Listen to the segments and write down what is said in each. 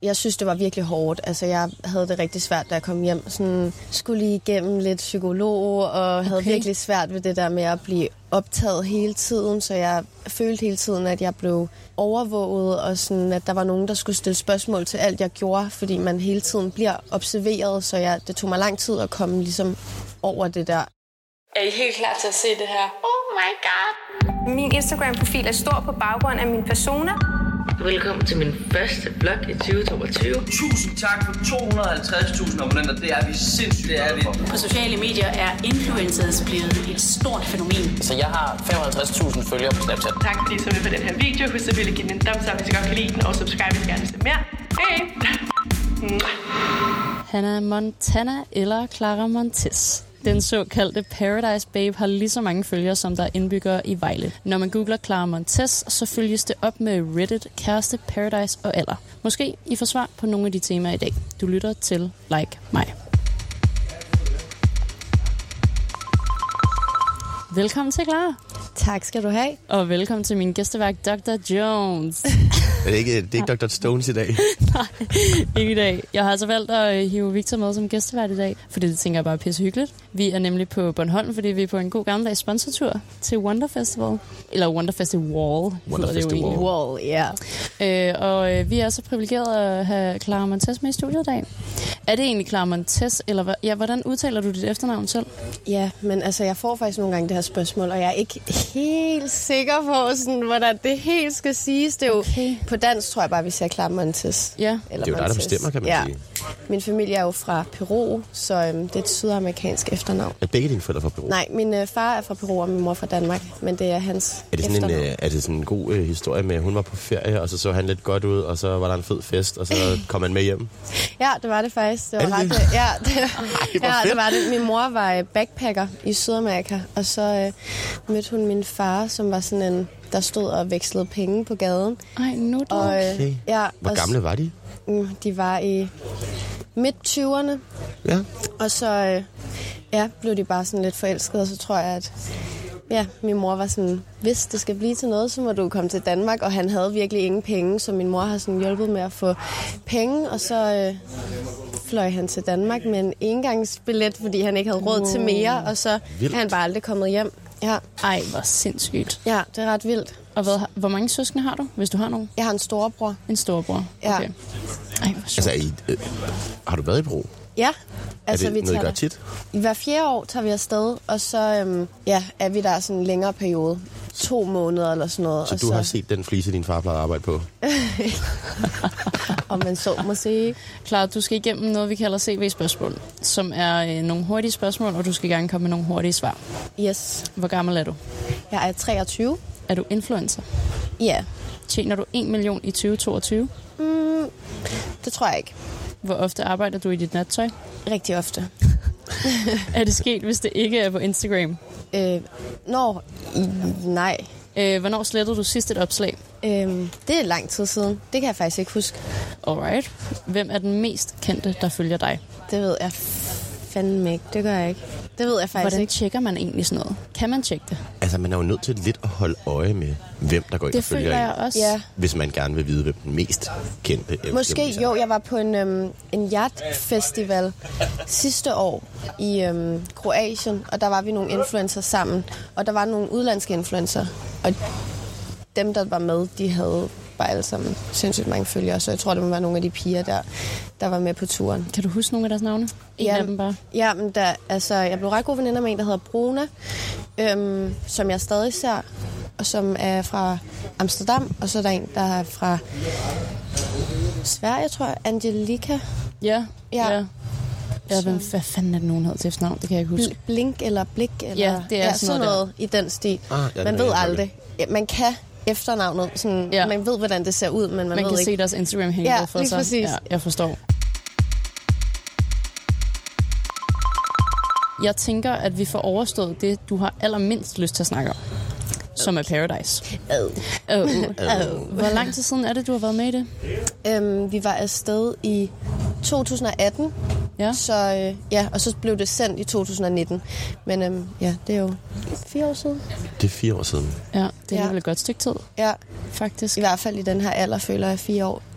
Jeg synes, det var virkelig hårdt. Altså, jeg havde det rigtig svært, da jeg kom hjem. Sådan, skulle lige igennem lidt psykolog, og havde virkelig svært ved det der med at blive optaget hele tiden. Så jeg følte hele tiden, at jeg blev overvåget, og sådan, at der var nogen, der skulle stille spørgsmål til alt, jeg gjorde, fordi man hele tiden bliver observeret. Så det tog mig lang tid at komme ligesom over det der. Er I helt klar til at se det her? Oh my god! Min Instagram-profil er stor på baggrund af min persona. Velkommen til min første vlog i 2022. Tusind tak for 250.000 abonnenter. Det er vi sindssygt. Det er vi. På sociale medier er influencers blevet et stort fænomen. Så jeg har 55.000 følgere på Snapchat. Tak fordi I så med på den her video. Husk selvfølgelig at give den en thumbs up, hvis I godt kan lide den. Og subscribe, hvis I gerne vil se mere. Hej! Hannah Montana eller Clara Montes. Den såkaldte Paradise Babe har lige så mange følgere, som der er indbyggere i Vejle. Når man googler Clara Montes, så følges det op med Reddit, kæreste, Paradise og alder. Måske I får svar på nogle af de temaer i dag. Du lytter til Like mig. Velkommen til, Clara. Tak skal du have. Og velkommen til min gæstevært, Dr. Jones. Det er ikke Dr. Stones i dag. Nej, ikke i dag. Jeg har altså valgt at hive Victor med som gæstevært i dag, fordi det tænker jeg bare er pissehyggeligt. Vi er nemlig på Bornholm, fordi vi er på en god gammeldags sponsortur til Wonder Festival. Eller Wonder Festival. Wonder Festival. Wall, ja. Og vi er så privilegerede at have Clara Montes med i studiet i dag. Er det egentlig Clara Montes, eller hvordan udtaler du dit efternavn selv? Ja, men altså, jeg får faktisk nogle gange det her spørgsmål, og jeg er ikke helt sikker på, sådan, hvordan det helt skal siges. Det er jo på dansk, tror jeg bare, vi siger Clara Montes. Ja. Eller det er jo dig, der bestemmer, kan man sige. Min familie er jo fra Peru, så det er et sydamerikansk efternavn. Er begge dine forældre fra Peru? Nej, min far er fra Peru, og min mor fra Danmark, men det er hans efternavn. Er det sådan en god historie med, at hun var på ferie, og så han lidt godt ud, og så var der en fed fest, og så kom han med hjem? Ja, det var det faktisk. Det var det? det var det. Min mor var backpacker i Sydamerika, og så mødte hun min far, som var sådan en, der stod og vekslede penge på gaden. Ej, nu da. Okay. Hvor gamle var de? De var i midt-20'erne. Ja. Og så blev de bare sådan lidt forelskede, og så tror jeg, at min mor var sådan, hvis det skal blive til noget, så må du komme til Danmark, og han havde virkelig ingen penge, så min mor har sådan hjulpet med at få penge, og så fløj han til Danmark med en engangsbillet, fordi han ikke havde råd til mere, og så er han bare aldrig kommet hjem. Ja. Ej, hvor sindssygt. Ja, det er ret vildt. Og hvor mange søskende har du, hvis du har nogen? Jeg har en storebror. En storebror? Ja. Okay. Ej, hvor sjovt. Altså, har du været i Peru? Ja. Altså, er det noget, I gør tit? Hver 4 år tager vi afsted, og så er vi der sådan en længere periode. 2 måneder eller sådan noget. Så du har set den flise, din far plejede at arbejde på? Om man så må sige. Klar, du skal igennem noget, vi kalder CV-spørgsmål, som er nogle hurtige spørgsmål, og du skal gerne komme med nogle hurtige svar. Yes. Hvor gammel er du? Jeg er 23. Er du influencer? Ja. Tjener du 1 million i 2022? Det tror jeg ikke. Hvor ofte arbejder du i dit nattøj? Rigtig ofte. Er det sket, hvis det ikke er på Instagram? Nej. Hvornår slettede du sidst et opslag? Det er lang tid siden. Det kan jeg faktisk ikke huske. Alright. Hvem er den mest kendte, der følger dig? Det ved jeg fandme ikke. Det gør jeg ikke. Det ved jeg faktisk Hvordan ikke. tjekker man egentlig sådan noget? Kan man tjekke det? Altså, man er jo nødt til lidt at holde øje med, hvem der går ind og følger Det føler jeg også. Ja. Hvis man gerne vil vide, hvem den mest kendte er. Måske, jo. Jeg var på en yacht-festival sidste år i Kroatien, og der var vi nogle influencer sammen. Og der var nogle udlandske influencer. Og dem, der var med, de havde bare alle sammen sindssygt mange følgere. Så jeg tror, det må være nogle af de piger, der var med på turen. Kan du huske nogle af deres navne? En af dem bare. Ja, men jeg blev ret gode veninder med en, der hedder Bruna, som jeg stadig ser, og som er fra Amsterdam. Og så er der en, der er fra Sverige, tror jeg. Angelika. Ja. Hvad fanden er det, nogen hed til efternavn? Det kan jeg ikke huske. Blink eller Blik? Eller, ja, det er sådan noget i den stil. Man ved aldrig. Man kan efternavnet. Sådan, man ved, hvordan det ser ud, men man ved kan ikke. Se deres Instagram-handle for sig. Præcis. Ja, jeg forstår. Jeg tænker, at vi får overstået det, du har allermindst lyst til at snakke om. Som er Paradise. Hvor lang tid siden er det, du har været med i det? Vi var afsted i 2018. Ja. Så, og så blev det sendt i 2019. Men det er jo 4 år siden. Det er 4 år siden. Ja, det er vel et godt stykke tid. Ja. Faktisk. I hvert fald i den her alder føler jeg 4 år.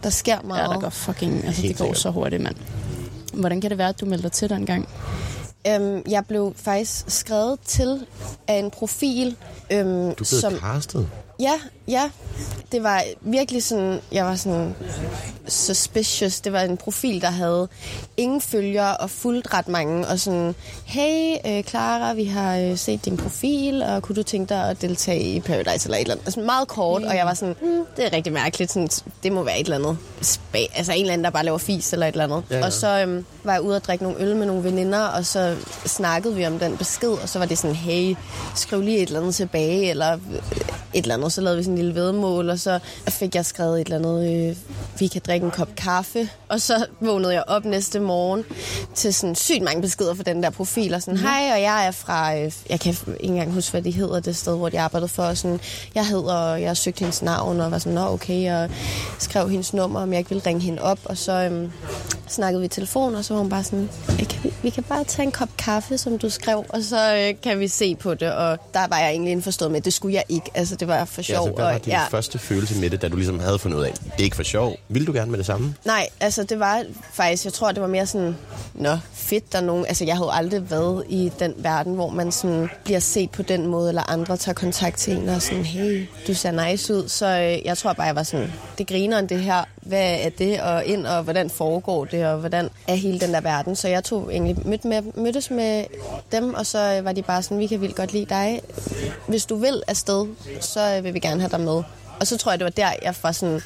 der sker meget. Ja, der går fucking... Altså, det går så hurtigt, mand. Hvordan kan det være, at du meldte dig til den gang? Jeg blev faktisk skrevet til af en profil. Du blev castet? Ja. Det var virkelig sådan, jeg var sådan suspicious. Det var en profil, der havde ingen følgere og fulgt ret mange. Og sådan, hey Clara, vi har set din profil, og kunne du tænke dig at deltage i Paradise eller et eller andet? Altså meget kort, og jeg var sådan, det er rigtig mærkeligt. Sådan, det må være et eller andet altså en eller anden, der bare laver fis eller et eller andet. Ja. Og så var jeg ude og drikke nogle øl med nogle veninder, og så snakkede vi om den besked, og så var det sådan, hey, skriv lige et eller andet tilbage, eller et eller andet. Så lavede vi sådan en lille væddemål, og så fik jeg skrevet et eller andet, vi kan drikke en kop kaffe. Og så vågnede jeg op næste morgen til sådan sygt mange beskeder fra den der profil, og sådan, hej, og jeg er fra, jeg kan ikke engang huske, hvad de hedder, det sted, hvor de arbejdede for, og sådan, jeg har søgt hendes navn, og var sådan, okay, og skrev hendes nummer, om jeg ikke ville ringe hende op, og så snakkede vi i telefon, og så var hun bare sådan, vi kan bare tage en kop kaffe, som du skrev, og så kan vi se på det, og der var jeg egentlig indforstået med, det skulle jeg ikke, altså det var for sjov. Altså, hvad var din første følelse med det, da du ligesom havde fundet ud af, det er ikke for sjov? Ville du gerne med det samme? Nej, altså det var faktisk, jeg tror, det var mere sådan, fedt, der nogen, altså jeg havde aldrig været i den verden, hvor man sådan bliver set på den måde, eller andre tager kontakt til en og sådan, hey, du ser nice ud, så jeg tror bare, jeg var sådan, det griner end det her, hvad er det, og ind, og hvordan foregår det, og hvordan er hele den der verden, så jeg tog egentlig mødtes med dem, og så var de bare sådan, vi kan vildt godt lide dig, hvis du vil afsted, så vil vi gerne have dig med. Og så tror jeg, det var der, jeg var sådan,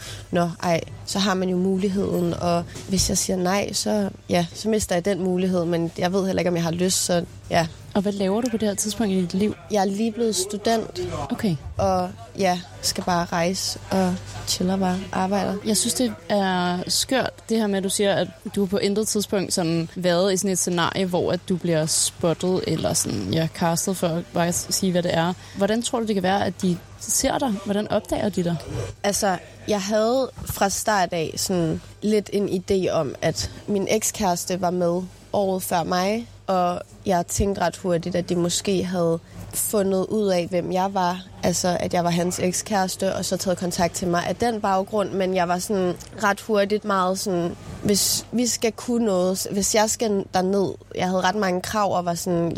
så har man jo muligheden, og hvis jeg siger nej, så mister jeg den mulighed, men jeg ved heller ikke, om jeg har lyst, så ja. Og hvad laver du på det her tidspunkt i dit liv? Jeg er lige blevet student. Okay. Og skal bare rejse og chiller bare, arbejder. Jeg synes, det er skørt, det her med, at du siger, at du på intet tidspunkt sådan været i sådan et scenarie, hvor at du bliver spottet, eller sådan, castet for at bare sige, hvad det er. Hvordan tror du, det kan være, at de ser dig? Hvordan opdager de dig? Altså, jeg havde fra start af sådan lidt en idé om, at min ekskæreste var med året før mig, og jeg tænkte ret hurtigt, at de måske havde fundet ud af, hvem jeg var. Altså, at jeg var hans ekskæreste, og så taget kontakt til mig af den baggrund. Men jeg var sådan ret hurtigt meget sådan, hvis vi skal kunne noget, hvis jeg skal derned, jeg havde ret mange krav, og var sådan,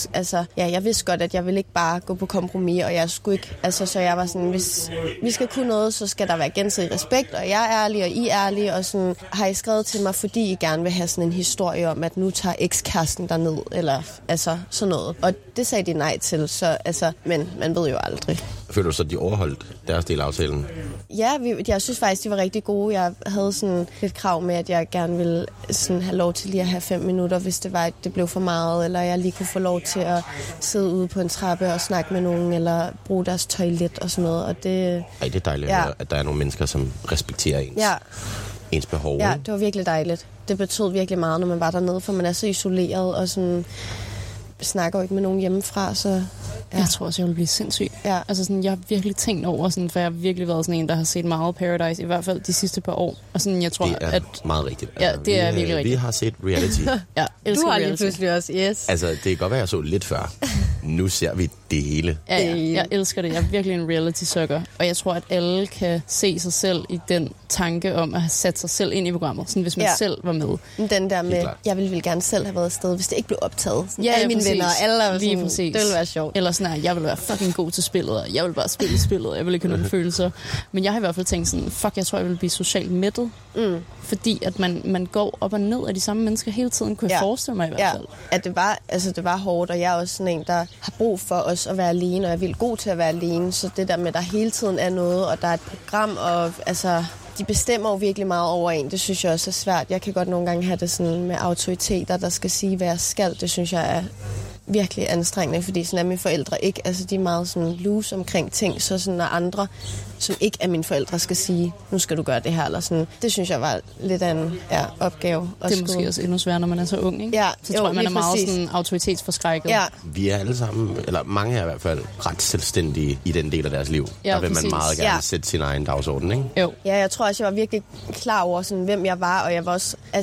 jeg vidste godt, at jeg ville ikke bare gå på kompromis, og jeg skulle ikke, så jeg var sådan, hvis vi skal kunne noget, så skal der være gensidig respekt, og jeg er ærlig, og I er ærlige, og sådan, har I skrevet til mig, fordi I gerne vil have sådan en historie om, at nu tager ekskæresten derned, eller sådan noget. Og det sagde de nej til, så men man ved jo aldrig. Føler du så, at de overholdt deres del af aftalen? Ja, jeg synes faktisk, de var rigtig gode. Jeg havde sådan et krav med, at jeg gerne ville sådan have lov til lige at have 5 minutter, hvis det var, at det blev for meget, eller jeg lige kunne få lov til at sidde ude på en trappe og snakke med nogen, eller bruge deres toilet og sådan noget. Og det er dejligt, at der er nogle mennesker, som respekterer ens behov. Ja, det var virkelig dejligt. Det betød virkelig meget, når man var dernede, for man er så isoleret og sådan snakker jo ikke med nogen hjemmefra, så... Ja. Jeg tror også, jeg vil blive sindssyg. Ja. Altså sådan, jeg har virkelig tænkt over, sådan, for jeg har virkelig været sådan en, der har set meget Paradise, i hvert fald de sidste par år. Og sådan, jeg tror, det er meget rigtigt. Ja, det er virkelig rigtigt. Vi har set reality. Ja, du har lige pludselig også, yes. Altså, det kan godt være, jeg så lidt før. Nu ser vi det hele. Ja, jeg elsker det. Jeg er virkelig en reality-sucker. Og jeg tror, at alle kan se sig selv i den tanke om at have sat sig selv ind i programmet. Sådan, hvis man selv var med. Den der med, jeg ville gerne selv have været afsted, hvis det ikke blev optaget. Sådan, alle mine præcis. venner, alle var lige sådan, præcis. Det ville være sjovt. Eller sådan, at jeg ville være fucking god til spillet, og jeg ville bare spille spillet, jeg ville ikke have nogen følelser. Men jeg har i hvert fald tænkt sådan, jeg tror, jeg ville blive socialt mættet. Fordi at man går op og ned af de samme mennesker hele tiden, kunne jeg forestille mig i hvert fald. At det var hårdt, og jeg er også sådan en, der har brug for os at være alene, og jeg er vildt god til at være alene, så det der med, at der hele tiden er noget, og der er et program, og de bestemmer jo virkelig meget over en. Det synes jeg også er svært. Jeg kan godt nogle gange have det sådan med autoriteter, der skal sige, hvad jeg skal. Det synes jeg er virkelig anstrengende, fordi sådan er mine forældre ikke. Altså, de er meget sådan loose omkring ting, så sådan, når andre, som ikke er mine forældre, skal sige, nu skal du gøre det her, eller sådan. Det synes jeg var lidt af en opgave. Det er måske også endnu sværere, når man er så ung, ikke? Ja, så tror jeg, man er meget sådan autoritetsforskrækket. Ja. Vi er alle sammen, eller mange er i hvert fald, ret selvstændige i den del af deres liv. Ja, der vil man meget gerne sætte sin egen dagsorden, ikke? Jo. Ja, jeg tror også, jeg var virkelig klar over, sådan, hvem jeg var, og jeg var også,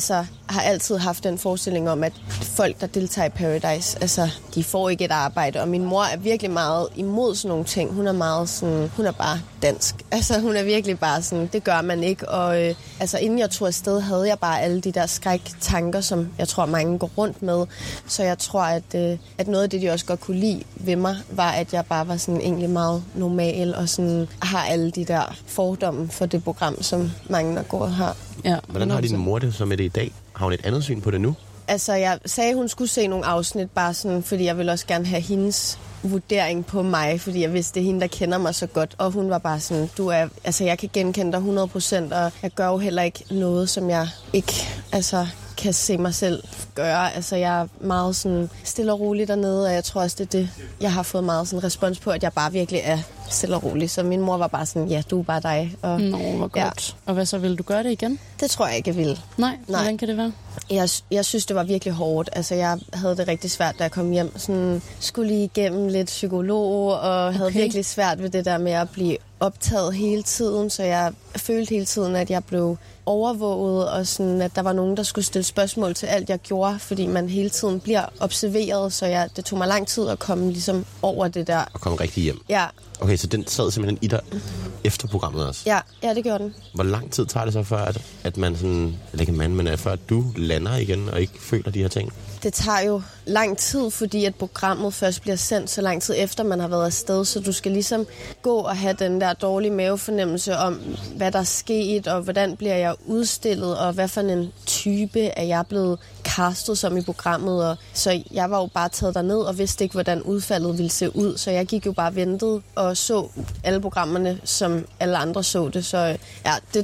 har altid haft den forestilling om, at folk, der deltager i Paradise, altså, de får ikke et arbejde. Og min mor er virkelig meget imod sådan nogle ting. Hun er meget sådan, hun er bare dansk. Altså, hun er virkelig bare sådan, det gør man ikke. Og altså, inden jeg tog afsted, havde jeg bare alle de der skræktanker, som jeg tror, mange går rundt med. Så jeg tror, at noget af det, de også godt kunne lide ved mig, var, at jeg bare var sådan egentlig meget normal og sådan har alle de der fordomme for det program, som mange, der går har. Ja. Hvordan har din mor det så med det i dag? Har hun et andet syn på det nu? Altså, jeg sagde, at hun skulle se nogle afsnit, bare sådan, fordi jeg ville også gerne have hendes vurdering på mig, fordi jeg vidste, det er hende, der kender mig så godt. Og hun var bare sådan, jeg kan genkende dig 100%, og jeg gør jo heller ikke noget, som jeg ikke kan se mig selv gøre. Altså, jeg er meget sådan stille og rolig dernede, og jeg tror også, det er det, jeg har fået meget sådan respons på, at jeg bare virkelig er stille og rolig. Så min mor var bare sådan, ja, du er bare dig. Og, hvor godt. Ja. Og hvad så, vil du gøre det igen? Det tror jeg ikke, jeg vil. Nej, hvordan kan det være? Jeg synes, det var virkelig hårdt. Altså, jeg havde det rigtig svært, da jeg kom hjem. Sådan, skulle lige igennem lidt psykolog, og havde virkelig svært ved det der med at blive optaget hele tiden. Så jeg følte hele tiden, at jeg blev overvåget, og sådan, at der var nogen, der skulle stille spørgsmål til alt, jeg gjorde, fordi man hele tiden bliver observeret. Så det tog mig lang tid at komme ligesom over det der. Og komme rigtig hjem? Ja. Okay, så den sad simpelthen i dig efter programmet også? Ja, det gjorde den. Hvor lang tid tager det så før, at man sådan, eller ikke man, men før du lander igen og ikke føler de her ting? Det tager jo lang tid, fordi at programmet først bliver sendt så lang tid efter, man har været afsted, så du skal ligesom gå og have den der dårlige mavefornemmelse om, hvad der er sket, og hvordan bliver jeg udstillet, og hvad for en type er jeg blevet castet som i programmet. Og så jeg var jo bare taget derned og vidste ikke, hvordan udfaldet ville se ud, så jeg gik jo bare og ventede og så alle programmerne, som alle andre så det. Så ja, det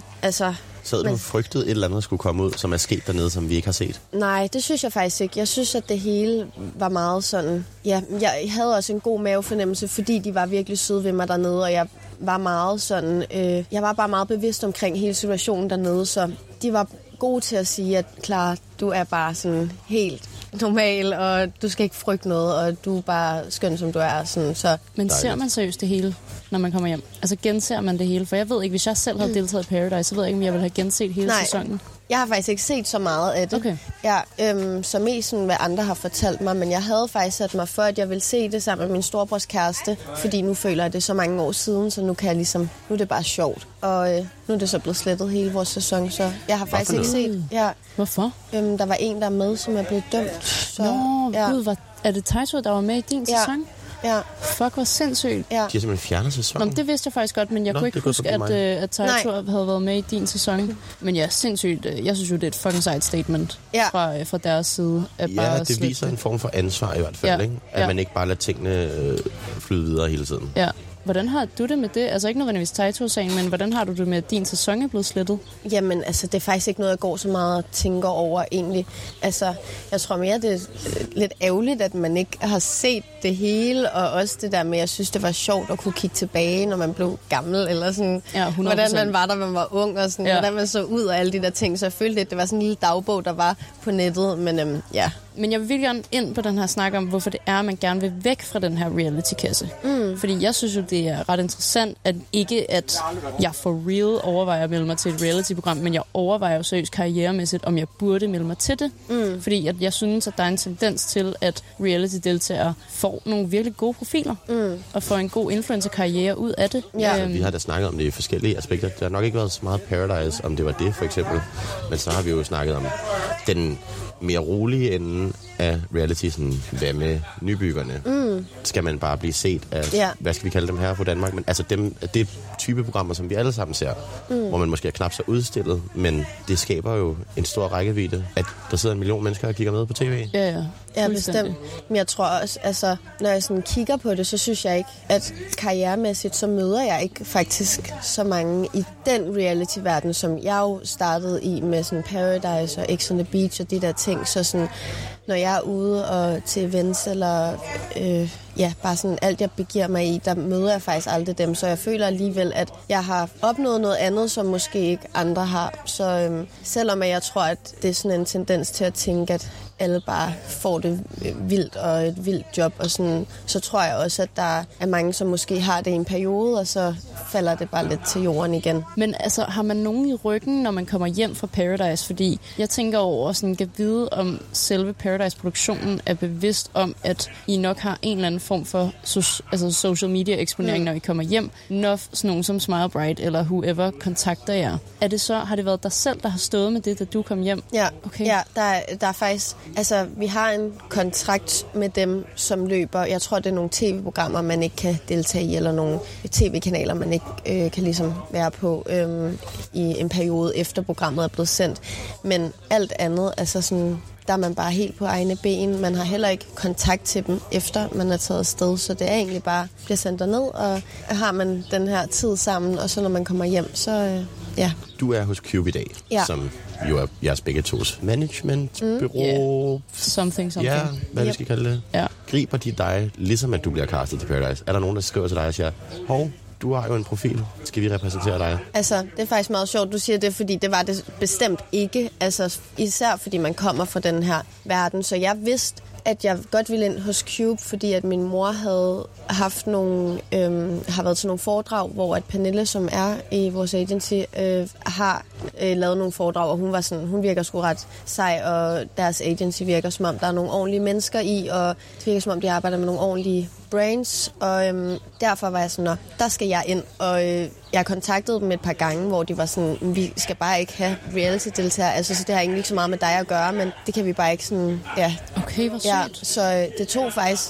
Sad du og frygtede et eller andet skulle komme ud, som er sket dernede, som vi ikke har set? Nej, det synes jeg faktisk ikke. Jeg synes, at det hele var meget sådan... Ja, jeg havde også en god mavefornemmelse, fordi de var virkelig søde ved mig dernede, og jeg var meget sådan... jeg var bare meget bevidst omkring hele situationen dernede, så de var gode til at sige, at Clara, du er bare sådan helt normal, og du skal ikke frygte noget, og du er bare skøn, som du er. Sådan, så. Men ser man seriøst det hele, når man kommer hjem? Altså genser man det hele? For jeg ved ikke, hvis jeg selv havde deltaget i Paradise, så ved jeg ikke, om jeg ville have genset hele sæsonen. Jeg har faktisk ikke set så meget af det. Okay. Så mest sådan, hvad andre har fortalt mig, men jeg havde faktisk sat mig for, at jeg ville se det sammen med min storebrors kæreste, fordi nu føler jeg det så mange år siden, så nu kan jeg ligesom, nu er det bare sjovt. Og nu er det så blevet slettet hele vores sæson, så jeg har faktisk ikke set. Ja. Hvorfor? Der var en, der er med, som er blevet dømt. Så, Gud, er det Taito, der var med i din sæson? Ja. Fuck, hvor sindssygt. Ja. De har simpelthen fjernet sæsonen. Det vidste jeg faktisk godt, men jeg kunne ikke huske, at Taito havde været med i din sæson. Men ja, sindssygt. Jeg synes jo, det er et fucking sejt statement fra deres side. Det viser en form for ansvar i hvert fald, ikke? At man ikke bare lader tingene flyde videre hele tiden. Ja. Hvordan har du det med det? Altså ikke nødvendigvis Taito-sagen, men hvordan har du det med, at din sæson er blevet slettet? Jamen, altså det er faktisk ikke noget, jeg går så meget og tænker over egentlig. Altså, jeg tror mere, det er lidt ærgerligt, at man ikke har set det hele, og også det der med, jeg synes, det var sjovt at kunne kigge tilbage, når man blev gammel, eller sådan, hvordan man var, da man var ung, og sådan, hvordan man så ud og alle de der ting. Så jeg følte lidt, det var sådan en lille dagbog, der var på nettet, men Men jeg vil virkelig gerne ind på den her snak om, hvorfor det er, at man gerne vil væk fra den her reality-kasse. Fordi jeg synes jo, det er ret interessant, at ikke at jeg for real overvejer at melde mig til et reality-program, men jeg overvejer jo seriøst karrieremæssigt, om jeg burde melde mig til det. Fordi at jeg synes, at der er en tendens til, at reality-deltagere får nogle virkelig gode profiler, og får en god influencer-karriere ud af det. Ja. Vi har da snakket om det i forskellige aspekter. Der har nok ikke været så meget Paradise, om det var det for eksempel. Men så har vi jo snakket om den mere rolige ende af reality, sådan, hvad med nybyggerne? Skal man bare blive set af, hvad skal vi kalde dem her på Danmark? Men altså det er type programmer, som vi alle sammen ser, hvor man måske er knap så udstillet, men det skaber jo en stor rækkevidde, at der sidder 1 million mennesker og kigger med på tv. Ja, bestemt. Men jeg tror også, altså, når jeg sådan kigger på det, så synes jeg ikke, at karrieremæssigt, så møder jeg ikke faktisk så mange i den reality-verden, som jeg jo startede i med sådan Paradise og X on the Beach og de der ting. Så sådan, når jeg er ude og til events eller bare sådan alt, jeg begiver mig i, der møder jeg faktisk aldrig dem. Så jeg føler alligevel, at jeg har opnået noget andet, som måske ikke andre har. Så selvom jeg tror, at det er sådan en tendens til at tænke, at alle bare får det vildt og et vildt job, og sådan, så tror jeg også, at der er mange, som måske har det i en periode, og så falder det bare lidt til jorden igen. Men altså, har man nogen i ryggen, når man kommer hjem fra Paradise? Fordi jeg tænker over, sådan kan vide, om selve Paradise-produktionen er bevidst om, at I nok har en eller anden form for social media-eksponering, når I kommer hjem, når sådan nogen som Smile Bright eller whoever kontakter jer. Er det så, har det været dig selv, der har stået med det, da du kom hjem? Ja, okay. Ja, der er faktisk... Altså, vi har en kontrakt med dem, som løber. Jeg tror, det er nogle tv-programmer, man ikke kan deltage i, eller nogle tv-kanaler, man ikke kan ligesom være på i en periode efter programmet er blevet sendt. Men alt andet, altså sådan, der er man bare helt på egne ben. Man har heller ikke kontakt til dem, efter man er taget afsted. Så det er egentlig bare, bliver sendt derned, og har man den her tid sammen, og så når man kommer hjem, så ja. Du er hos Cube i dag, som jo er jeres begge tos managementbureau. Something. Ja, hvad vi skal kalde det. Ja. Griber de dig, ligesom at du bliver castet til Paradise? Er der nogen, der skriver til dig og siger, hov, du har jo en profil, skal vi repræsentere dig? Altså, det er faktisk meget sjovt, du siger det, fordi det var det bestemt ikke. Altså, især fordi man kommer fra den her verden. Så jeg vidste, at jeg godt ville ind hos Cube, fordi at min mor havde haft nogle, har været til nogle foredrag, hvor at Pernille, som er i vores agency, har lavet nogle foredrag, og hun var sådan, hun virker sgu ret sej, og deres agency virker som om, der er nogle ordentlige mennesker i, og det virker som om, de arbejder med nogle ordentlige brains, og derfor var jeg sådan, der skal jeg ind, og jeg kontaktede dem et par gange, hvor de var sådan, vi skal bare ikke have reality-deltager, altså så det har egentlig ikke så meget med dig at gøre, men det kan vi bare ikke sådan, Okay, hvor sygt. Ja, så det tog faktisk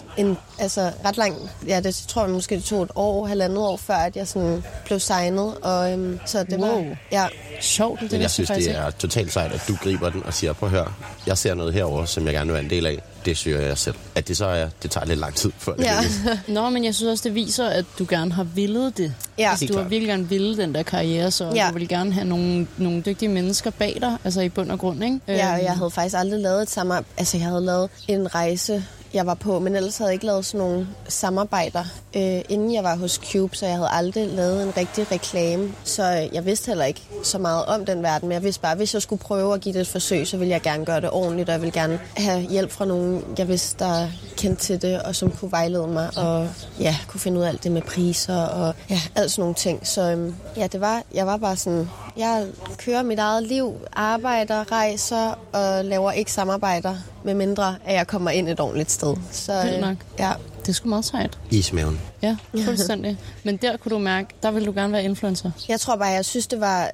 ret lang, det tror jeg måske det tog et år, 1,5 år, før at jeg sådan blev signet, og så det var, sjovt. Men jeg synes, det er totalt sejt, at du griber den og siger, prøv at høre, jeg ser noget herover, som jeg gerne vil være en del af. Det søger jeg selv. At det så er, det tager lidt lang tid før det Nå, men jeg synes også, det viser, at du gerne har villet det. Ja. Altså, du har virkelig gerne ville den der karriere, så du vil gerne have nogle dygtige mennesker bag dig, altså i bund og grund, ikke? Ja, og jeg havde faktisk aldrig lavet et samarbejde. Altså, jeg havde lavet en rejse, jeg var på, men ellers havde jeg ikke lavet sådan nogle samarbejder, inden jeg var hos Cube, så jeg havde aldrig lavet en rigtig reklame. Så jeg vidste heller ikke så meget om den verden, men jeg vidste bare, at hvis jeg skulle prøve at give det et forsøg, så ville jeg gerne gøre det ordentligt, og jeg ville gerne have hjælp fra nogen, jeg vidste, der kendte til det, og som kunne vejlede mig, og kunne finde ud af alt det med priser, og alt sådan nogle ting. Så jeg var bare sådan, jeg kører mit eget liv, arbejder, rejser, og laver ikke samarbejder, med mindre at jeg kommer ind et ordentligt sted. Så nok. Ja. Det er sgu meget sejt. Ismaven. Ja, fuldstændig. Men der kunne du mærke, der ville du gerne være influencer. Jeg tror bare, jeg synes, det var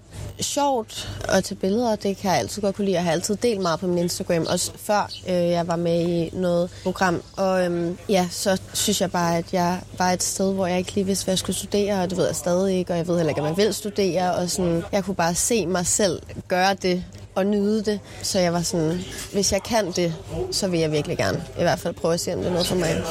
sjovt at tage billeder. Det kan jeg altid godt kunne lide. Jeg har altid delt meget på min Instagram, også før jeg var med i noget program. Og så synes jeg bare, at jeg var et sted, hvor jeg ikke lige vidste, hvad jeg skulle studere, og det ved jeg stadig ikke, og jeg ved heller ikke, om jeg vil studere. Og sådan, jeg kunne bare se mig selv gøre det og nyde det. Så jeg var sådan, hvis jeg kan det, så vil jeg virkelig gerne i hvert fald prøve at se, om det er noget for mig.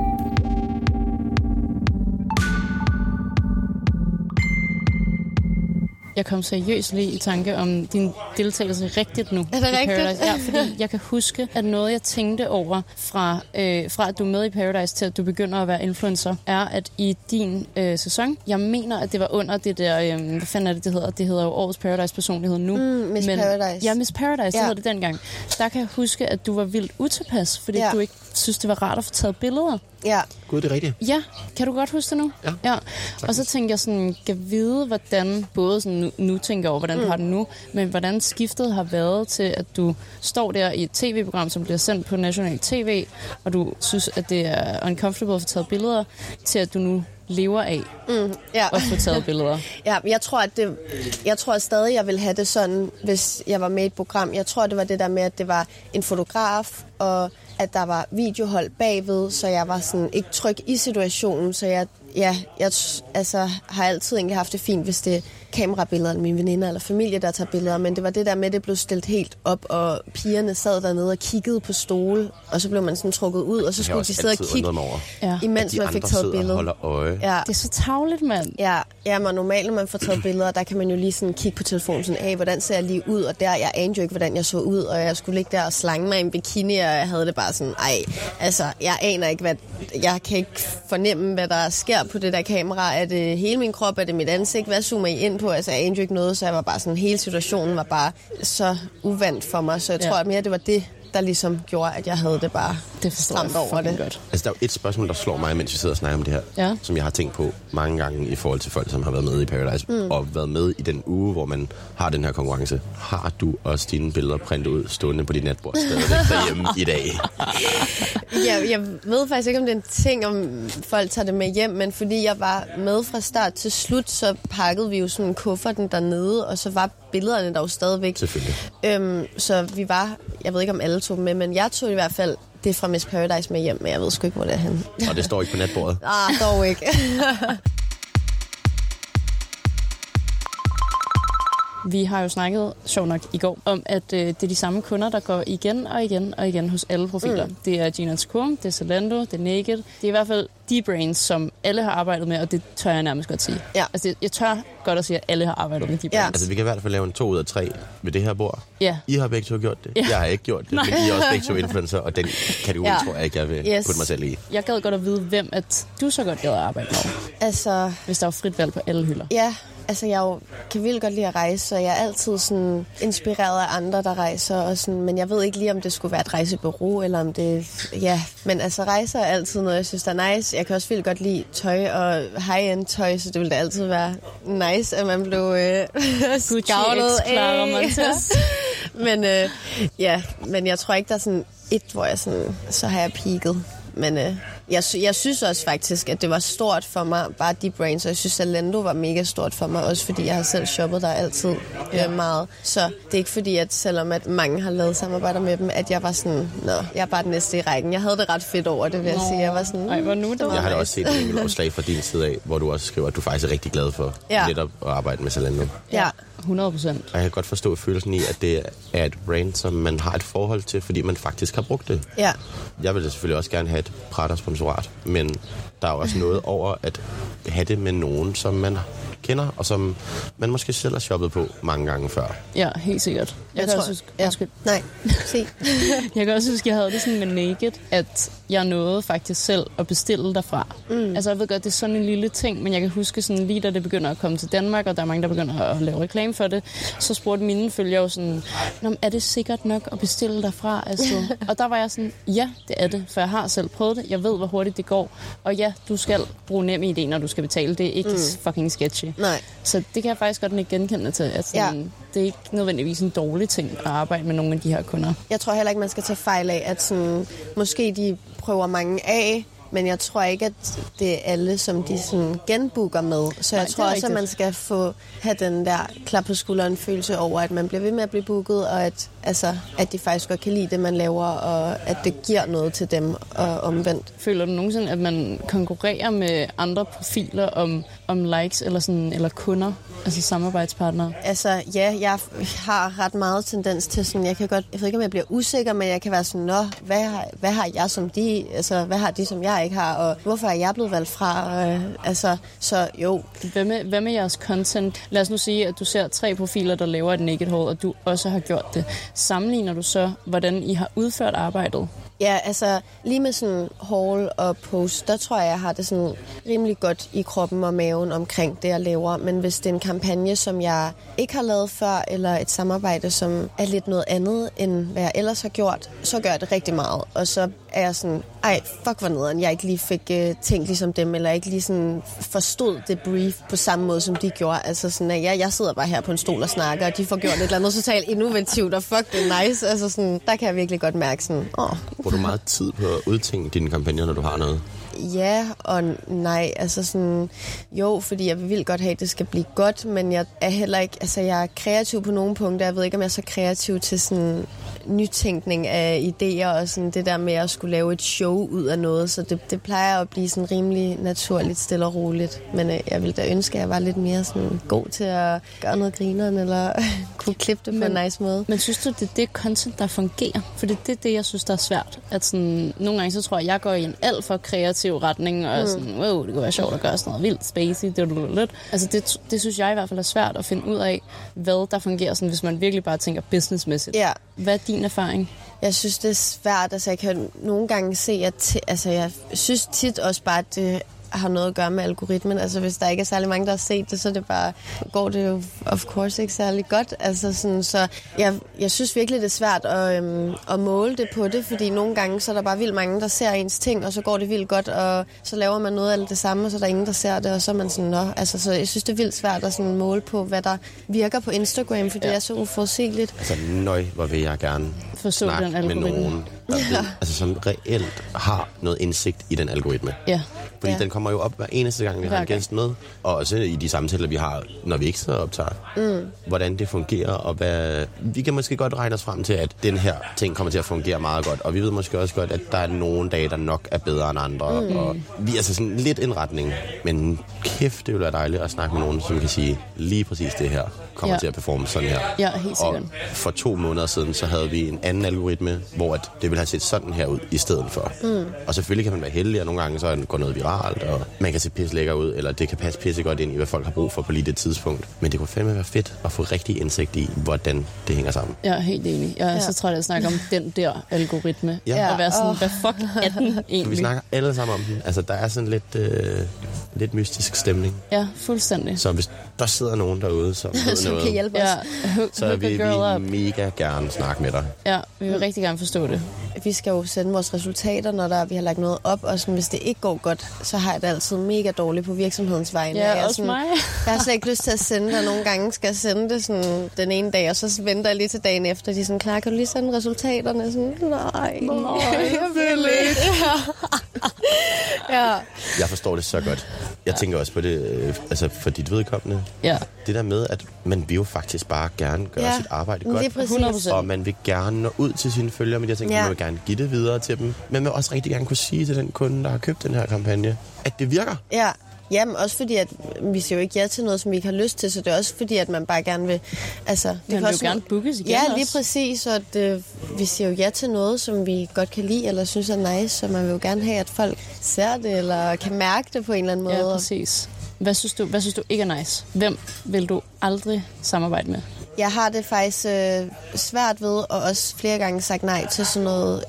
Jeg kom seriøst lige i tanke om din deltagelse rigtigt nu. Er det rigtigt? Paradise. Ja, fordi jeg kan huske, at noget jeg tænkte over fra at du er med i Paradise til at du begynder at være influencer, er at i din sæson, jeg mener, at det var under det der, hvad fanden er det hedder? Det hedder jo Årets Paradise personlighed nu. Miss Paradise. Ja, Miss Paradise, det hedder det dengang. Der kan jeg huske, at du var vildt utilpas, fordi du ikke synes, det var rart at få taget billeder. Ja. Gud, det er rigtigt. Ja, kan du godt huske det nu? Ja. Og så tænker jeg sådan, kan vide, hvordan, både sådan, nu tænker jeg over, hvordan du har det nu, men hvordan skiftet har været til, at du står der i et tv-program, som bliver sendt på national tv, og du synes, at det er uncomfortable at få taget billeder, til at du nu lever af at få taget billeder. Ja, jeg tror stadig, jeg ville have det sådan, hvis jeg var med i et program. Jeg tror, det var det der med, at det var en fotograf, og at der var videohold bagved, så jeg var sådan ikke tryg i situationen, så jeg har altid egentlig haft det fint, hvis det kamerabilleder af mine veninder eller familie, der tager billeder, men det var det der med, at det blev stillet helt op, og pigerne sad dernede og kiggede på stole, og så blev man sådan trukket ud, og så skulle de sidde og kigge, imens man fik taget billeder. Ja. Det er så tarveligt, mand. Ja, men normalt, når man får taget billeder, der kan man jo lige sådan kigge på telefonen, sådan, hvordan ser jeg lige ud, og der, jeg anede jo ikke, hvordan jeg så ud, og jeg skulle ligge der og slange mig i en bikini, og jeg havde det bare sådan, jeg aner ikke, jeg kan ikke fornemme, hvad der sker på det der kamera. Er det hele min krop? Er det mit ansigt? Hvad zoomer I ind på? Altså, jeg anede jo ikke noget, så jeg var bare sådan, hele situationen var bare så uvandt for mig, så jeg tror, at mere det var det, der ligesom gjorde, at jeg havde det bare stramt over det. Godt. Altså, der er jo et spørgsmål, der slår mig, mens vi sidder og snakker om det her, som jeg har tænkt på mange gange i forhold til folk, som har været med i Paradise, og været med i den uge, hvor man har den her konkurrence. Har du også dine billeder printet ud, stående på dit natbord stadigvæk derhjemme i dag? Jeg ved faktisk ikke, om det er en ting, om folk tager det med hjem, men fordi jeg var med fra start til slut, så pakkede vi jo sådan en kufferten dernede, og så var billederne der jo stadigvæk. Selvfølgelig. Så vi var, jeg ved ikke om alle tog dem med, men jeg tog i hvert fald det fra Miss Paradise med hjem, men jeg ved sgu ikke, hvor det er henne. Og det står ikke på natbordet? Dog ikke. Vi har jo snakket, sjovt nok, i går, om, at det er de samme kunder, der går igen og igen og igen hos alle profiler. Det er Gina Skurm, det er Zalando, det er Naked. Det er i hvert fald de brands, som alle har arbejdet med, og det tør jeg nærmest godt sige. Ja. Altså, jeg tør godt at sige, at alle har arbejdet med de brands. Ja. Altså, vi kan i hvert fald lave en 2 ud af 3 ved det her bord. Ja. I har begge to gjort det. Ja. Jeg har ikke gjort det, men I er også begge to influencer, og den kategori tror jeg ikke, jeg vil putte mig selv i. Jeg gad godt at vide, hvem at du så godt gad at arbejde med. Altså, hvis der var frit valg på alle hylder. Ja. Altså, jeg kan vildt godt lide at rejse, og jeg er altid sådan inspireret af andre, der rejser. Og sådan, men jeg ved ikke lige, om det skulle være et rejsebureau, eller om det... Ja, men altså, rejser er altid noget, jeg synes, der er nice. Jeg kan også vildt godt lide tøj og high-end tøj, så det ville da altid være nice, at man blev skavlet af. Men jeg tror ikke, der er sådan et, hvor jeg sådan... Så har jeg peaked. Men jeg synes også faktisk, at det var stort for mig, bare de brands, og jeg synes, at Zalando var mega stort for mig, også fordi jeg har selv shoppet der altid meget. Så det er ikke fordi, at selvom at mange har lavet samarbejder med dem, at jeg var sådan, jeg er bare den næste i rækken. Jeg havde det ret fedt over det, vil jeg sige. Jeg var sådan, jeg har da også set et enkelt opslag fra din side af, hvor du også skriver, at du faktisk er rigtig glad for netop at arbejde med Zalando. Ja. 100%. Og jeg kan godt forstå følelsen i, at det er et brand, som man har et forhold til, fordi man faktisk har brugt det. Ja. Jeg vil selvfølgelig også gerne have et Prada-sponsorat, men der er jo også noget over at have det med nogen, som man kender, og som man måske selv har shoppet på mange gange før. Ja, helt sikkert. Jeg kan også huske, jeg havde det sådan med Naked, at jeg nåede faktisk selv at bestille derfra. Altså, jeg ved godt, det er sådan en lille ting, men jeg kan huske sådan, lige da det begynder at komme til Danmark, og der er mange, der begynder at lave reklame for det, så spurgte mine følgere jo sådan, er det sikkert nok at bestille derfra? Altså, og der var jeg sådan, ja, det er det, for jeg har selv prøvet det. Jeg ved, hvor hurtigt det går. Og ja, du skal bruge NemID, når du skal betale. Det er ikke fucking sketchy. Nej. Så det kan jeg faktisk godt ikke genkende til. At sådan, det er ikke nødvendigvis en dårlig ting at arbejde med nogle af de her kunder. Jeg tror heller ikke, man skal tage fejl af, at sådan, måske de prøver mange af, men jeg tror ikke, at det er alle, som de sådan genbooker med. Så jeg tror også, at man skal have den der klap på skulderen følelse over, at man bliver ved med at blive booket, og at de faktisk godt kan lide det, man laver, og at det giver noget til dem, og omvendt. Føler du nogensinde, at man konkurrerer med andre profiler om likes eller kunder, altså samarbejdspartnere? Altså, ja, jeg har ret meget tendens til sådan, jeg ved ikke, om jeg bliver usikker, men jeg kan være sådan, hvad har jeg som de, altså, hvad har de, som jeg ikke har, og hvorfor er jeg blevet valgt fra? Så jo. Hvad med jeres content? Lad os nu sige, at du ser 3 profiler, der laver et naked haul, og du også har gjort det. Sammenligner du så, hvordan I har udført arbejdet? Ja, altså lige med sådan haul og post, der tror jeg har det sådan rimelig godt i kroppen og maven omkring det, jeg laver. Men hvis det er en kampagne, som jeg ikke har lavet før, eller et samarbejde, som er lidt noget andet, end hvad jeg ellers har gjort, så gør jeg det rigtig meget. Og så er jeg sådan, fuck hvor nederen, jeg ikke lige fik tænkt ligesom dem, eller ikke lige sådan forstod det brief på samme måde, som de gjorde. Altså sådan, at jeg sidder bare her på en stol og snakker, og de får gjort et eller andet totalt innovativt, og fuck, det er nice. Altså sådan, der kan jeg virkelig godt mærke sådan, Bruger du meget tid på at udtænke dine kampagner, når du har noget? Ja og nej, altså sådan, jo, fordi jeg vil godt have, at det skal blive godt, men jeg er heller ikke, altså jeg er kreativ på nogle punkter, jeg ved ikke, om jeg er så kreativ til sådan nytænkning af idéer, og sådan det der med at skulle lave et show ud af noget, så det plejer at blive sådan rimelig naturligt, stille og roligt. Men jeg ville da ønske, at jeg var lidt mere sådan god til at gøre noget grineren, eller kunne klippe det på en nice måde. Men synes du, det er det content, der fungerer? For det er det, jeg synes, der er svært. At sådan, nogle gange så tror jeg går i en alt for kreativ retning, og sådan, wow, det kunne være sjovt at gøre sådan noget vildt spacey. Altså det synes jeg i hvert fald er svært at finde ud af, hvad der fungerer, sådan, hvis man virkelig bare tænker businessmæssigt. Ja. Hvad er din erfaring? Jeg synes, det er svært. Altså, jeg kan nogle gange se, at jeg synes tit også bare, at det har noget at gøre med algoritmen. Altså, hvis der ikke er særlig mange, der har set det, så det bare, går det jo of course ikke særlig godt. Altså, sådan, så jeg synes virkelig, det er svært at måle det på det, fordi nogle gange, så er der bare vildt mange, der ser ens ting, og så går det vildt godt, og så laver man noget af det samme, og så er der ingen, der ser det, og så er man sådan, altså, så jeg synes, det er vildt svært at sådan måle på, hvad der virker på Instagram, for det er så uforudsigeligt. Altså, hvor vil jeg gerne snakke med nogen, der ved, altså, som reelt har noget indsigt i den algoritme. Ja. Fordi den kommer jo op hver eneste gang, vi har en gæst med. Og også i de samtaler, vi har, når vi ikke så optager. Hvordan det fungerer, og hvad... Vi kan måske godt regne os frem til, at den her ting kommer til at fungere meget godt. Og vi ved måske også godt, at der er nogle dage, der nok er bedre end andre. Og vi er altså sådan lidt en retning. Men kæft, det vil være dejligt at snakke med nogen, som kan sige, lige præcis det her kommer til at performe sådan her. Ja, helt sikkert. Og for 2 måneder siden, så havde vi en anden algoritme, hvor at det ville have set sådan her ud i stedet for. Og selvfølgelig kan man være heldig, og nogle gange så går noget viralt, og man kan se pisse lækker ud, eller det kan passe pisse godt ind i, hvad folk har brug for på lige det tidspunkt. Men det kunne fandme være fedt at få rigtig indsigt i, hvordan det hænger sammen. Jeg er helt enig. Jeg er så træt af at snakke om den der algoritme. Ja. Og være sådan, hvad fuck er den egentlig? Vi snakker alle sammen om den. Altså, der er sådan lidt mystisk stemning. Ja, fuldstændig. Så hvis der sidder nogen derude, som ved noget, kan hjælpe os. så vil vi mega gerne snakke med dig. Ja, vi vil rigtig gerne forstå det. Vi skal jo sende vores resultater, når vi har lagt noget op, og sådan, hvis det ikke går godt, så har jeg det altid mega dårligt på virksomhedens vegne. Ja, også mig. Jeg har slet ikke lyst til at sende det, nogle gange skal jeg sende det sådan, den ene dag, og så venter jeg lige til dagen efter, de er sådan, klar, kan du lige sende resultaterne? Sådan, nej, jeg vil ikke. Ja. Jeg forstår det så godt. Jeg tænker også på det, altså for dit vedkommende. Ja. Det der med, at man vil jo faktisk bare gerne gøre sit arbejde godt. Det er 100%. Og man vil gerne nå ud til sine følgere, men jeg tænker, man vil gerne give det videre til dem. Men man vil også rigtig gerne kunne sige til den kunde, der har købt den her kampagne, at det virker. Ja. Jamen, også fordi, at vi siger jo ikke ja til noget, som vi ikke har lyst til, så det er også fordi, at man bare gerne vil... Altså, det man vil jo gerne bookes igen. Ja, lige præcis, og vi siger jo ja til noget, som vi godt kan lide, eller synes er nice, så man vil jo gerne have, at folk ser det, eller kan mærke det på en eller anden måde. Ja, præcis. Hvad synes du ikke er nice? Hvem vil du aldrig samarbejde med? Jeg har det faktisk svært ved, og også flere gange sagt nej til sådan noget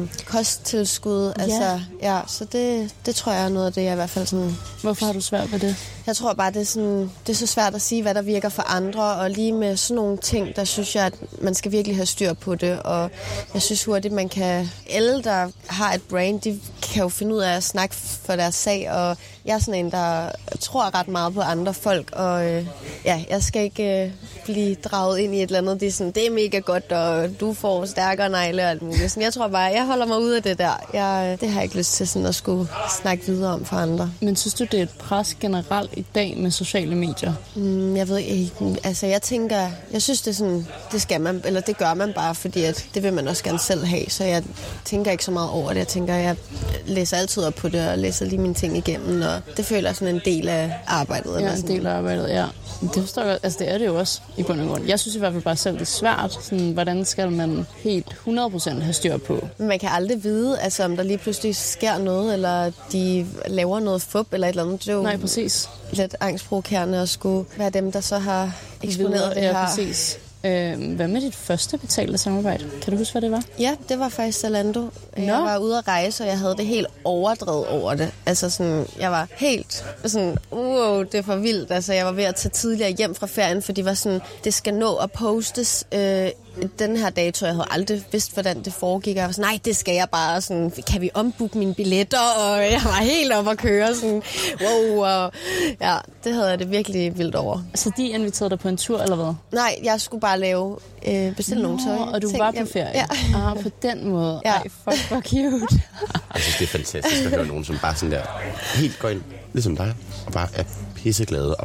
kosttilskud. Altså, så det tror jeg er noget af det, jeg i hvert fald sådan... Hvorfor har du svært ved det? Jeg tror bare, det er så svært at sige, hvad der virker for andre, og lige med sådan nogle ting, der synes jeg, at man skal virkelig have styr på det, og jeg synes hurtigt, man kan... Alle, der har et brand, de kan jo finde ud af at snakke for deres sag, og jeg er sådan en, der tror ret meget på andre folk, og jeg skal ikke blive draget ind i et eller andet. Det er sådan, det er mega godt, og du får stærkere negle og alt muligt. Sådan, jeg tror bare, jeg holder mig ud af det der. Det har jeg ikke lyst til sådan at skulle snakke videre om for andre. Men synes du, det er et pres generelt i dag med sociale medier? Jeg ved ikke. Altså, jeg synes, det er sådan, det skal man, eller det gør man bare, fordi at det vil man også gerne selv have, så jeg tænker ikke så meget over det. Jeg tænker, jeg læser altid op på det, og læser lige mine ting igennem, og det føler jeg sådan en del af arbejdet. Ja, en del af arbejdet, ja. Det forstår jeg godt. Altså, det er det jo også i bund og grund. Jeg synes i hvert fald bare selv, det er svært. Sådan, hvordan skal man helt 100% have styr på? Men man kan aldrig vide, altså, om der lige pludselig sker noget, eller de laver noget fup eller et eller andet. Det er jo præcis. Lidt angstprovokerende at skulle være dem, der så har eksponeret det her. Ja, præcis. Hvad med dit første betalte samarbejde? Kan du huske, hvad det var? Ja, det var faktisk Zalando. Jeg var ude at rejse, og jeg havde det helt overdrevet over det. Altså sådan, jeg var helt sådan, wow, det er for vildt. Altså, jeg var ved at tage tidligere hjem fra ferien, for de var sådan, det skal nå at postes den her dato. Jeg havde aldrig vidst, hvordan det foregik. Jeg var sådan, nej, det skal jeg bare. Sådan, kan vi ombooke mine billetter? Og jeg var helt oppe at køre. Sådan, wow, og ja, det havde jeg det virkelig vildt over. Så de inviterede dig på en tur, eller hvad? Nej, jeg skulle bare bestille nogle tøj. Og du var på ferie? Ja. På den måde. Ja. Ej, fuck, hvor cute. Jeg synes, det er fantastisk at høre nogen, som bare sådan der helt går ind, ligesom dig, og bare er pisseglade og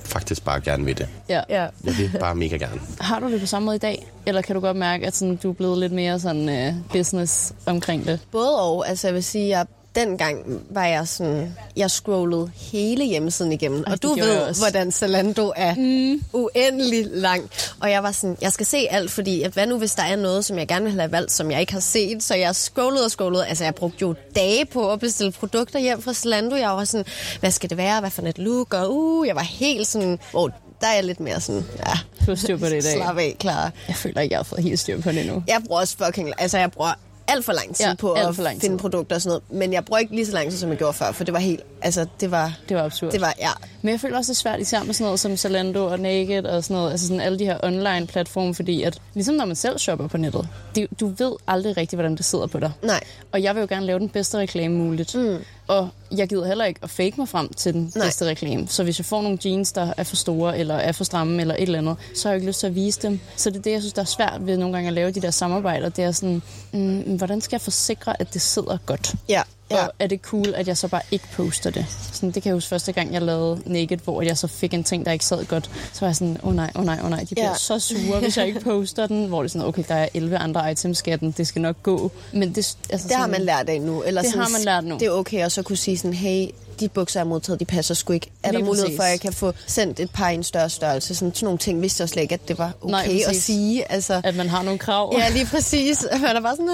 faktisk bare gerne vil det. Ja. Jeg vil bare mega gerne. Har du det på samme måde i dag? Eller kan du godt mærke, at sådan, du er blevet lidt mere sådan, business omkring det? Både og. Altså jeg vil sige, dengang var jeg sådan, jeg scrollede hele hjemmesiden igennem, og du ved, hvordan Zalando er uendelig lang. Og jeg var sådan, jeg skal se alt, fordi hvad nu, hvis der er noget, som jeg gerne vil have valgt, som jeg ikke har set, så jeg scrollede. Altså jeg brugte jo dage på at bestille produkter hjem fra Zalando. Jeg var sådan, hvad skal det være, hvad for et look, og jeg var helt sådan, der er jeg lidt mere sådan, du har styr på det i dag. Slap af, klar. Jeg føler ikke, jeg har fået helt styr på det nu. Jeg bruger også jeg bruger alt for lang tid på at finde produkter og sådan noget. Men jeg bruger ikke lige så lang tid, som jeg gjorde før, for det var helt, det var absurd. Det var, ja. Men jeg føler også, det er svært især med sådan noget som Zalando og Naked og sådan noget, altså sådan alle de her online-platforme, fordi at, ligesom når man selv shopper på nettet, du ved aldrig rigtigt, hvordan det sidder på dig. Nej. Og jeg vil jo gerne lave den bedste reklame muligt. Og jeg gider heller ikke at fake mig frem til den bedste reklame. Så hvis jeg får nogle jeans, der er for store, eller er for stramme, eller et eller andet, så har jeg ikke lyst til at vise dem. Så det er det, jeg synes, der er svært ved nogle gange at lave de der samarbejder. Det er sådan, hvordan skal jeg forsikre, at det sidder godt? Ja. Og er det cool, at jeg så bare ikke poster det? Sådan, det kan jeg huske første gang, jeg lavede Naked, hvor jeg så fik en ting, der ikke sad godt. Så var jeg sådan, åh nej, de bliver så sure, hvis jeg ikke poster den. Hvor det er sådan, okay, der er 11 andre items, det skal nok gå. Men det har man lært af nu. Eller det sådan, har man lært nu. Det er okay at så kunne sige sådan, hey, de bukser, jeg har modtaget, de passer sgu ikke. Er der mulighed for, at jeg kan få sendt et par i en større størrelse? Sådan nogle ting vidste jeg slet ikke, at det var okay at sige. Altså, at man har nogle krav. Ja, lige præcis. Man er bare sådan,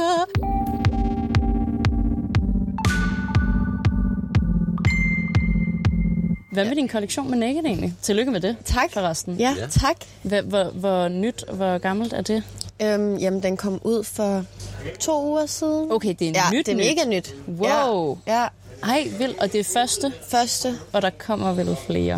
Hvad med din kollektion med Naked egentlig? Tillykke med det. Tak. Forresten. Ja, tak. Hvor nyt og hvor gammelt er det? Jamen, den kom ud for 2 uger siden. Okay, det er nyt. Det er mega nyt. Wow. Ja. Ej, vildt. Og det er første. Og der kommer vel flere.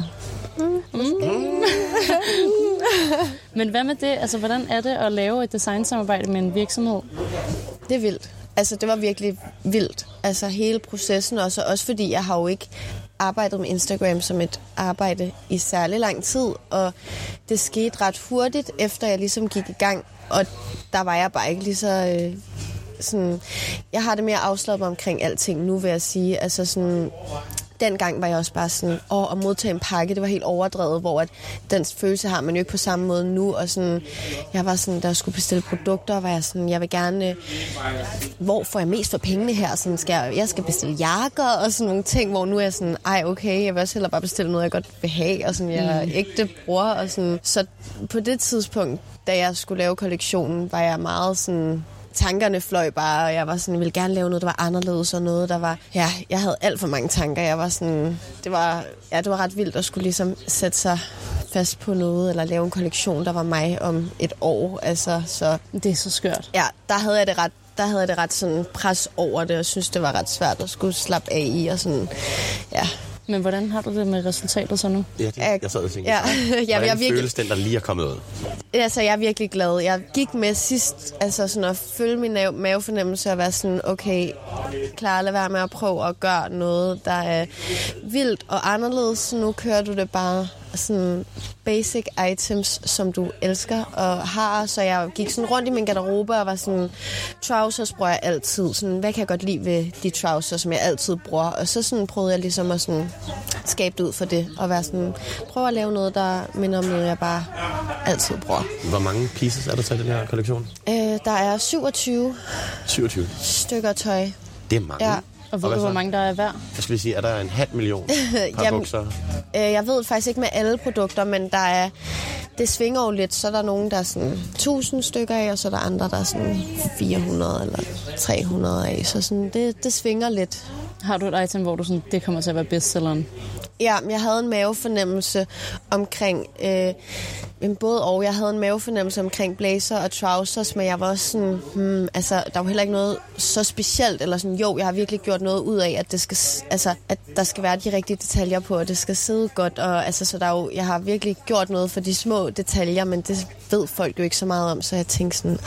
Men hvad med det? Altså, hvordan er det at lave et designsamarbejde med en virksomhed? Det er vildt. Altså, det var virkelig vildt. Altså, hele processen også fordi jeg har jo ikke arbejdet med Instagram som et arbejde i særlig lang tid, og det skete ret hurtigt, efter jeg ligesom gik i gang, og der var jeg bare ikke lige så sådan, jeg har det mere afslappet omkring alting nu, vil jeg sige, altså sådan, dengang var jeg også bare sådan, at modtage en pakke, det var helt overdrevet, hvor at den følelse har man jo ikke på samme måde nu, og sådan, jeg var sådan, der skulle bestille produkter, var jeg sådan, jeg vil gerne, hvor får jeg mest for pengene her, sådan, jeg skal bestille jakker, og sådan nogle ting, hvor nu er jeg sådan, okay, jeg vil også hellere bare bestille noget, jeg godt vil have, og sådan, jeg er ægte bror, og sådan, så på det tidspunkt, da jeg skulle lave kollektionen, var jeg meget sådan, tankerne fløj bare, og jeg var sådan, jeg ville gerne lave noget, der var anderledes, og noget, der var, jeg havde alt for mange tanker, jeg var sådan, det var ret vildt at skulle ligesom sætte sig fast på noget, eller lave en kollektion, der var mig om et år, altså, så. Det er så skørt. Ja, der havde jeg det ret sådan pres over det, og synes, det var ret svært at skulle slappe af i, og sådan, ja. Men hvordan har du det med resultatet så nu? Ja, jeg sad og tænkte, hvordan føles den, der lige er kommet ud? Altså, jeg er virkelig glad. Jeg gik med sidst, altså sådan at følge min mavefornemmelse og være sådan, okay, klar, lad være med at prøve at gøre noget, der er vildt og anderledes. Nu kører du det bare sådan basic items, som du elsker og har. Så jeg gik sådan rundt i min garderobe og var sådan, trousers bruger jeg altid. Sådan, hvad kan jeg godt lide ved de trousers, som jeg altid bruger? Og så sådan prøvede jeg ligesom at sådan skabe det ud for det, og være sådan, prøve at lave noget, der minder om noget, jeg bare altid bruger. Hvor mange pieces er der til den her kollektion? Der er 27 stykker tøj. Det er mange. Ja. Og ved du, hvor mange der er hver? Jeg skal lige sige, er der 500.000 par bukser? Jeg ved faktisk ikke med alle produkter, men det svinger jo lidt. Så er der nogen, der er sådan 1000 stykker af, og så er der andre, der er sådan 400 eller 300 af. Så sådan, det svinger lidt. Har du et item, hvor du sådan, det kommer til at være bestselleren? Ja, jeg havde en mavefornemmelse omkring både og. Jeg havde en mavefornemmelse omkring blazer og trousers, men jeg var også sådan, altså, der var heller ikke noget så specielt, eller sådan, jo, jeg har virkelig gjort noget ud af, at det skal, altså, at der skal være de rigtige detaljer på, og det skal sidde godt, og altså, så der er jo, jeg har virkelig gjort noget for de små detaljer, men det ved folk jo ikke så meget om, så jeg tænkte sådan,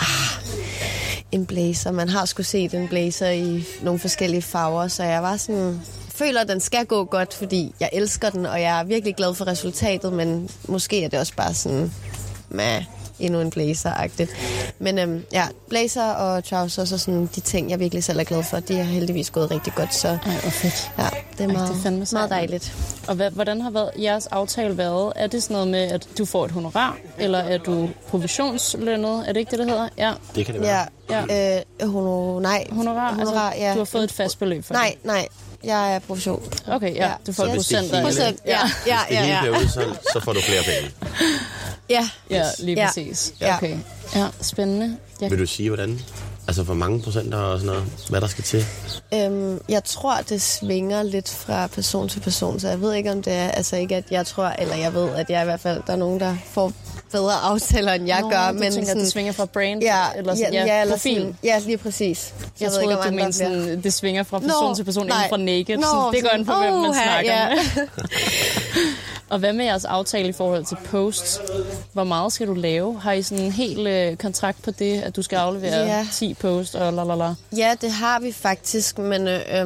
en blazer, man har sgu set en blazer i nogle forskellige farver, så jeg var sådan, føler, at den skal gå godt, fordi jeg elsker den, og jeg er virkelig glad for resultatet, men måske er det også bare sådan, endnu en blazer-agtigt. Men blazer og trousers og sådan de ting, jeg virkelig selv er glad for, de har heldigvis gået rigtig godt. Så hvor fedt. Ja, det er meget dejligt. Og hvordan har jeres aftale været? Er det sådan noget med, at du får et honorar, eller er du provisionslønnet? Er det ikke det, der hedder? Ja. Det kan det være. Honorar, ja. Du har fået et fast beløb for det? Nej. Jeg er provision. Okay, ja. Du får procent. Ja. Hvis det hele bliver udsolgt, så får du flere penge. Ja, lige præcis. Okay. Ja, spændende. Vil du sige, hvordan? Altså, hvor mange procenter og sådan noget? Hvad der skal til? Jeg tror, det svinger lidt fra person til person, så jeg ved ikke, om det er... Altså ikke, at jeg tror, eller jeg ved, at jeg i hvert fald... Der er nogen, der får bedre aftaler, end jeg gør. Men tænker, sådan, at det svinger fra brand? Eller sådan, eller profil? Sådan, ja, lige præcis. Jeg troede, at du mente sådan, det svinger fra person til person, inden fra naked. Så det går an på, hvem man snakker med. Og hvad med jeres aftale i forhold til posts? Hvor meget skal du lave? Har I sådan en hel kontrakt på det, at du skal aflevere 10 posts og lalala? Ja, det har vi faktisk, men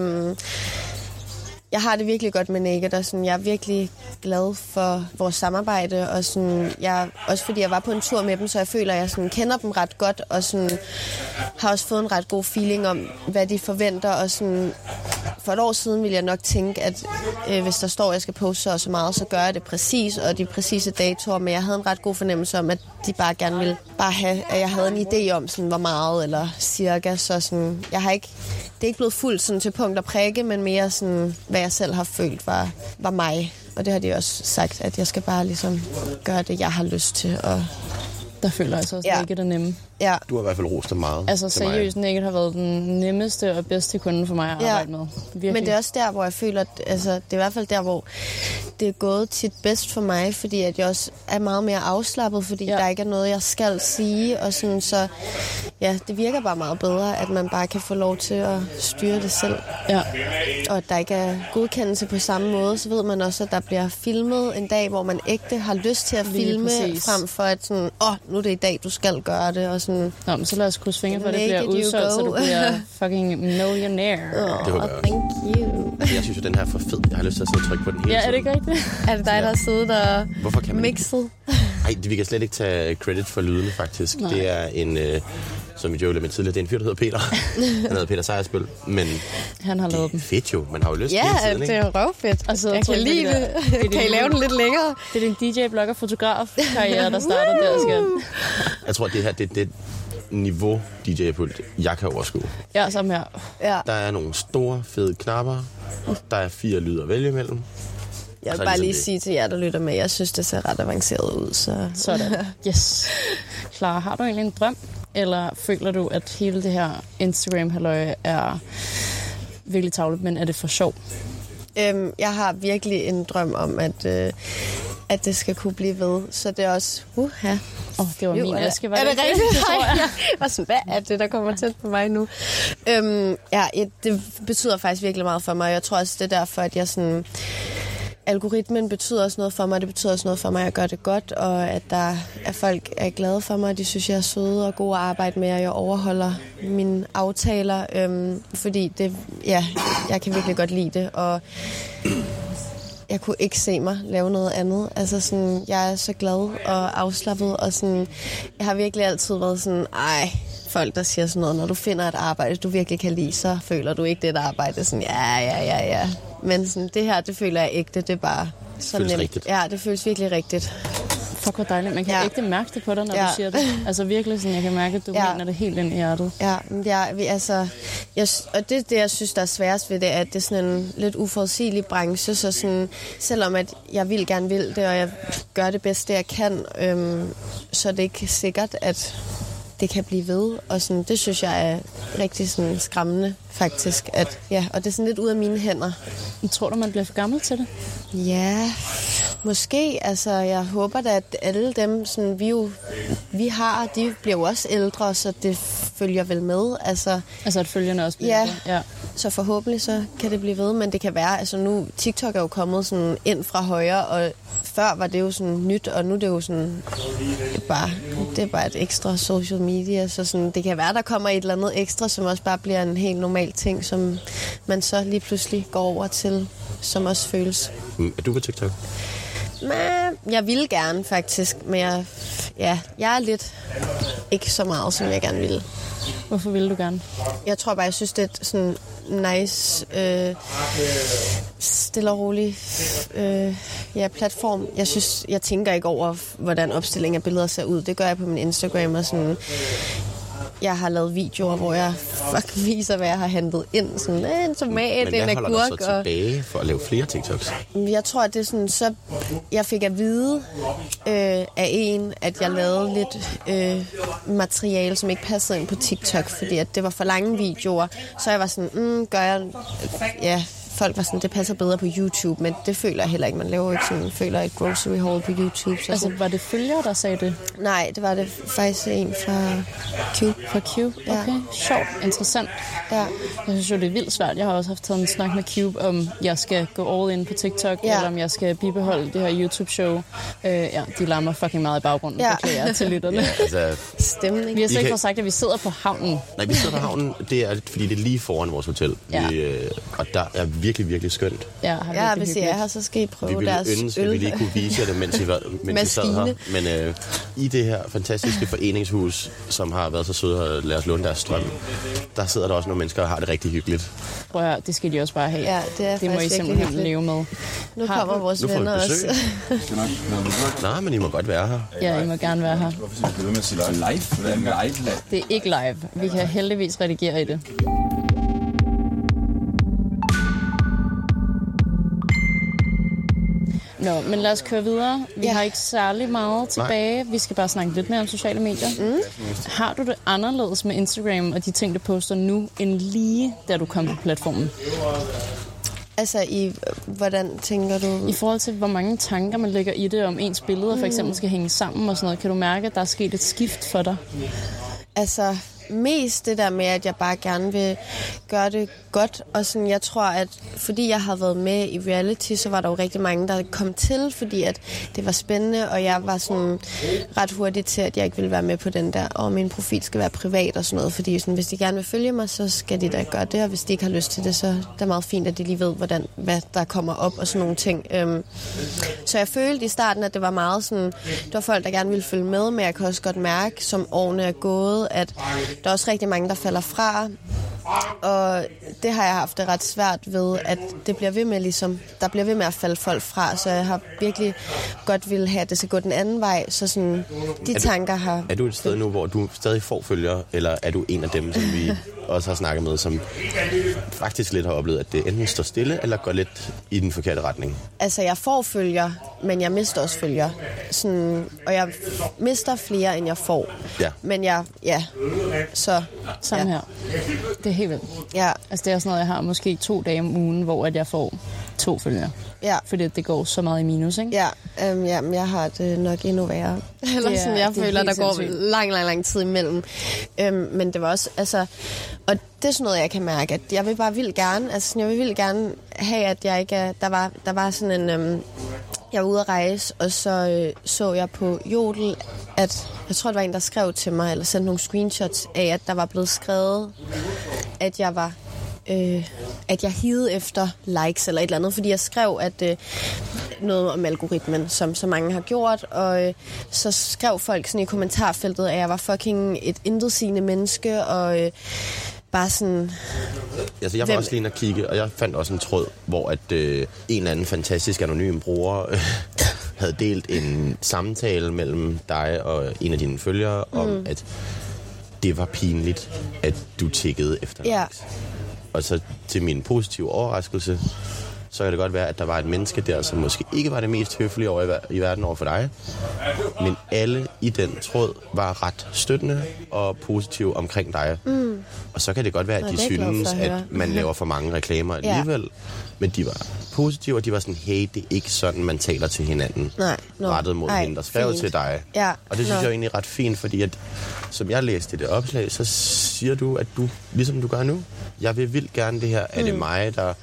jeg har det virkelig godt med Naked, og sådan, jeg er virkelig glad for vores samarbejde, og sådan, også fordi jeg var på en tur med dem, så jeg føler, at jeg sådan, kender dem ret godt, og sådan, har også fået en ret god feeling om, hvad de forventer, og sådan, for et år siden ville jeg nok tænke, at hvis der står, at jeg skal poste så meget, så gør jeg det præcis, og de præcise datoer, men jeg havde en ret god fornemmelse om, at de bare gerne ville have, at jeg havde en idé om, sådan, hvor meget, eller cirka, så sådan, det er ikke blevet fuldt sådan, til punkt og prikke, men mere sådan, hvad jeg selv har følt var mig. Og det har de også sagt, at jeg skal bare ligesom gøre det, jeg har lyst til. Og der føler jeg så også, at det ikke er nemme. Ja. Du har i hvert fald rost dig meget. Altså seriøst, Naked har været den nemmeste og bedste kunde for mig at arbejde med. Virkelig. Men det er også der, hvor jeg føler, at det er i hvert fald der, hvor det er gået tit bedst for mig, fordi at jeg også er meget mere afslappet, fordi der ikke er noget, jeg skal sige. Og sådan, så det virker bare meget bedre, at man bare kan få lov til at styre det selv. Ja. Og at der ikke er godkendelse på samme måde, så ved man også, at der bliver filmet en dag, hvor man ægte har lyst til at filme, frem for at sådan, nu er det i dag, du skal gøre det, og sådan. Nå, men så lad os krydse fingre for, at det bliver udsolgt, så du bliver fucking millionaire. Det håber jeg også. Thank you. Jeg synes jo, den her er for fed. Jeg har lyst til at sidde og trykke på den hele tiden. Ja, er det ikke rigtigt? Er det dig, der har siddet og mixet? Nej, vi kan slet ikke tage credit for lydene, faktisk. Nej. Det er en, som vi jo lidt tidligere, det er en fyr, der hedder Peter. Han hedder Peter Sejersbøl, men han har lavet den. Fedt jo, man har jo lyst til tiden, ikke? Ja, det er jo røvfedt. Jeg kan lide det. Kan I lave den lidt længere? Det er din DJ-blogger-fotograf-karriere, der starter der, skal. Jeg tror, det her, det er niveau DJ-pult, jeg kan overskue. Ja, samme her. Ja. Der er nogle store, fede knapper. Der er 4 lyde at vælge imellem. Jeg vil bare lige sige til jer, der lytter med, jeg synes, det ser ret avanceret ud. Sådan. Yes. Clara, har du egentlig en drøm? Eller føler du, at hele det her Instagram-halløj er virkelig tavlet, men er det for sjov? Jeg har virkelig en drøm om, at det skal kunne blive ved. Så det er også... det var min aske, var det? Er det rigtigt? Og sådan, hvad er det, der kommer tæt på mig nu? Det betyder faktisk virkelig meget for mig. Jeg tror også, det er derfor, at jeg sådan... Algoritmen betyder også noget for mig. Det betyder også noget for mig, at jeg gør det godt, og at folk er glade for mig. De synes, jeg er søde og gode at arbejde med, og jeg overholder mine aftaler. Fordi jeg kan virkelig godt lide det, og jeg kunne ikke se mig lave noget andet. Altså sådan, jeg er så glad og afslappet, og sådan, jeg har virkelig altid været sådan, folk, der siger sådan noget, når du finder et arbejde, du virkelig kan lide, så føler du ikke det et arbejde. Sådan, ja. Men sådan, det her, det føler jeg ægte. Det er bare så nemt. Rigtigt. Ja, det føles virkelig rigtigt. Fuck, hvor dejligt. Man kan ægte mærke det på dig, når du siger det. Altså virkelig sådan, jeg kan mærke, at du mener det helt ind i hjertet. Og det er det, jeg synes, der er sværest ved det, at det er sådan en lidt uforudsigelig branche, så sådan, selvom at jeg gerne vil det, og jeg gør det bedste, jeg kan, så er det ikke sikkert, at det kan blive ved, og sådan, det synes jeg er rigtig sådan skræmmende, faktisk. Og det er sådan lidt ud af mine hænder. Tror du, man bliver for gammel til det? Ja, måske. Altså, jeg håber da, at alle dem, sådan, vi har, de bliver jo også ældre, så det følger vel med. Altså at følgerne også bliver ældre? Ja, så forhåbentlig så kan det blive ved, men det kan være, altså nu, TikTok er jo kommet sådan ind fra højre, og før var det jo sådan nyt, og nu er det jo sådan, det er bare et ekstra social media, så sådan, det kan være, der kommer et eller andet ekstra, som også bare bliver en helt normal ting, som man så lige pludselig går over til, som også føles. Er du på TikTok? Jeg vil gerne faktisk, men jeg er lidt ikke så meget, som jeg gerne ville. Hvorfor ville du gerne? Jeg tror bare, jeg synes, det er sådan nice, stille og rolig platform. Jeg tænker ikke over, hvordan opstilling af billeder ser ud. Det gør jeg på min Instagram og sådan. Jeg har lavet videoer, hvor jeg viser, hvad jeg har hentet ind. Sådan en tomat, en agurk. Men hvad holder dig så tilbage for at lave flere TikToks? Jeg tror, at det er sådan, så jeg fik at vide af en, at jeg lavede lidt materiale, som ikke passede ind på TikTok, fordi at det var for lange videoer. Så jeg var sådan, gør jeg... Ja, folk var sådan, det passer bedre på YouTube, men det føler jeg heller ikke. Man laver ikke sådan, føler et grocery haul på YouTube. Så altså, var det følgere, der sagde det? Nej, det var det faktisk en fra Cube. Fra Cube? Okay, ja. Sjovt, interessant. Ja. Jeg synes jo, det er vildt svært. Jeg har også haft taget en snak med Cube, om jeg skal gå all in på TikTok, eller om jeg skal bibeholde det her YouTube-show. De larmer fucking meget i baggrunden. Beklager til lytterne. Ja, altså, stemning. Vi har slet ikke fået sagt, at vi sidder på havnen. Nej, vi sidder på havnen, det er, fordi det er lige foran vores hotel. Ja. Og der er virkelig, virkelig skønt. Ja, hvis I er her, så skal I prøve deres øl. Vi ville ønske, at vi lige kunne vise jer det, mens I sad her. Men i det her fantastiske foreningshus, som har været så søde at lade os låne deres strøm, der sidder der også nogle mennesker, der har det rigtig hyggeligt. Prøv at høre, det skal de også bare have. Ja, det må I simpelthen leve med. Nu kommer vores venner også. Nej, men I må godt være her. Ja, I må gerne være her. Det er ikke live. Vi kan heldigvis redigere i det. Nå, men lad os køre videre. Vi har ikke særlig meget tilbage. Vi skal bare snakke lidt mere om sociale medier. Har du det anderledes med Instagram og de ting, du poster nu, end lige da du kom på platformen? Altså, hvordan tænker du? I forhold til, hvor mange tanker man lægger i det, om ens billeder for eksempel skal hænge sammen og sådan noget. Kan du mærke, at der er sket et skift for dig? Altså, mest det der med, at jeg bare gerne vil gøre det godt. Og sådan, jeg tror, at fordi jeg har været med i reality, så var der jo rigtig mange, der kom til, fordi at det var spændende, og jeg var sådan ret hurtig til, at jeg ikke ville være med på den der, og min profil skal være privat og sådan noget, fordi sådan, hvis de gerne vil følge mig, så skal de da gøre det, og hvis de ikke har lyst til det, så det er meget fint, at de lige ved, hvad der kommer op og sådan nogle ting. Så jeg følte i starten, at det var meget sådan, det var folk, der gerne ville følge med, men jeg kan også godt mærke, som årene er gået, at der er også rigtig mange, der falder fra, og det har jeg haft det ret svært ved, at det bliver ved med ligesom, der bliver ved med at falde folk fra, så jeg har virkelig godt ville have, at det skal gå den anden vej, så sådan, tanker har... Er du et sted nu, hvor du stadig får følgere, eller er du en af dem, som vi også har snakket med, som faktisk lidt har oplevet, at det enten står stille, eller går lidt i den forkerte retning? Altså, jeg får følger, men jeg mister også følger. Sådan, og jeg mister flere, end jeg får. Ja. Men så... Sammen her. Det er helt vildt. Ja. Altså, det er sådan noget, jeg har måske 2 dage om ugen, hvor at jeg får 2 følgere. Ja. Fordi det går så meget i minus, ikke? Ja, men jeg har det nok endnu værre. Eller sådan, jeg føler, der går lang tid imellem. Men det var også, altså... Og det er sådan noget, jeg kan mærke, at jeg vil bare vildt gerne, altså jeg vil vildt gerne have, at jeg ikke er... Der var sådan en... Jeg var ude at rejse, og så jeg på Jodel, at jeg tror, det var en, der skrev til mig, eller sendte nogle screenshots af, at der var blevet skrevet, at jeg var... at jeg hidede efter likes eller et eller andet, fordi jeg skrev at noget om algoritmen, som så mange har gjort, og så skrev folk sådan i kommentarfeltet, at jeg var fucking et intetsigende menneske, og bare sådan... Altså, jeg var også lige inde at kigge, og jeg fandt også en tråd, hvor at en eller anden fantastisk anonym bruger havde delt en samtale mellem dig og en af dine følgere, om at det var pinligt, at du tiggede efter likes. Og så til min positive overraskelse, så kan det godt være, at der var et menneske der, som måske ikke var det mest høflige over i verden over for dig. Men alle i den tråd var ret støttende og positive omkring dig. Og så kan det godt være, at de synes, at man laver for mange reklamer alligevel. Men de var positive, og de var sådan, hey, det er ikke sådan, man taler til hinanden. Rettet mod hende, der skrev til dig. Ja, og det synes jeg egentlig er ret fint, fordi at, som jeg læste i det opslag, så siger du, at du, ligesom du gør nu, jeg vil vildt gerne det her. Er det mig, der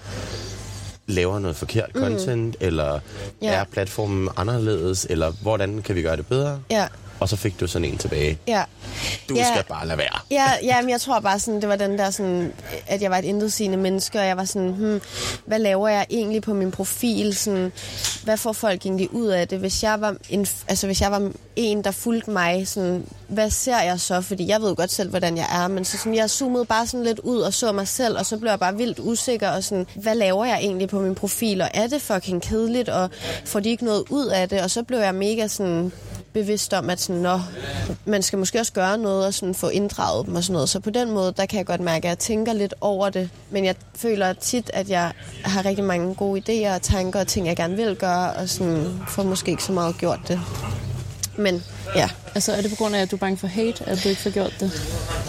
laver noget forkert content, eller er platformen anderledes, eller hvordan kan vi gøre det bedre? Ja. og så fik du sådan en tilbage. Ja. Du skal bare lade være. Ja, men jeg tror bare sådan, det var den der sådan, at jeg var et intetsigende menneske, og jeg var sådan, hvad laver jeg egentlig på min profil? Sådan, hvad får folk egentlig ud af det? Hvis jeg var en, der fulgte mig, sådan, hvad ser jeg så? Fordi jeg ved godt selv, hvordan jeg er, men så sådan, jeg zoomede bare sådan lidt ud og så mig selv, og så blev jeg bare vildt usikker, og sådan, hvad laver jeg egentlig på min profil? Og er det fucking kedeligt, og får de ikke noget ud af det? Og så blev jeg mega sådan bevidst om, at sådan, man skal måske også gøre noget og sådan få inddraget dem og sådan noget. Så på den måde, der kan jeg godt mærke, at jeg tænker lidt over det. Men jeg føler tit, at jeg har rigtig mange gode idéer og tanker og ting, jeg gerne vil gøre, og sådan får måske ikke så meget gjort det. Men ja. Altså er det på grund af, at du er bange for hate, at du ikke får gjort det?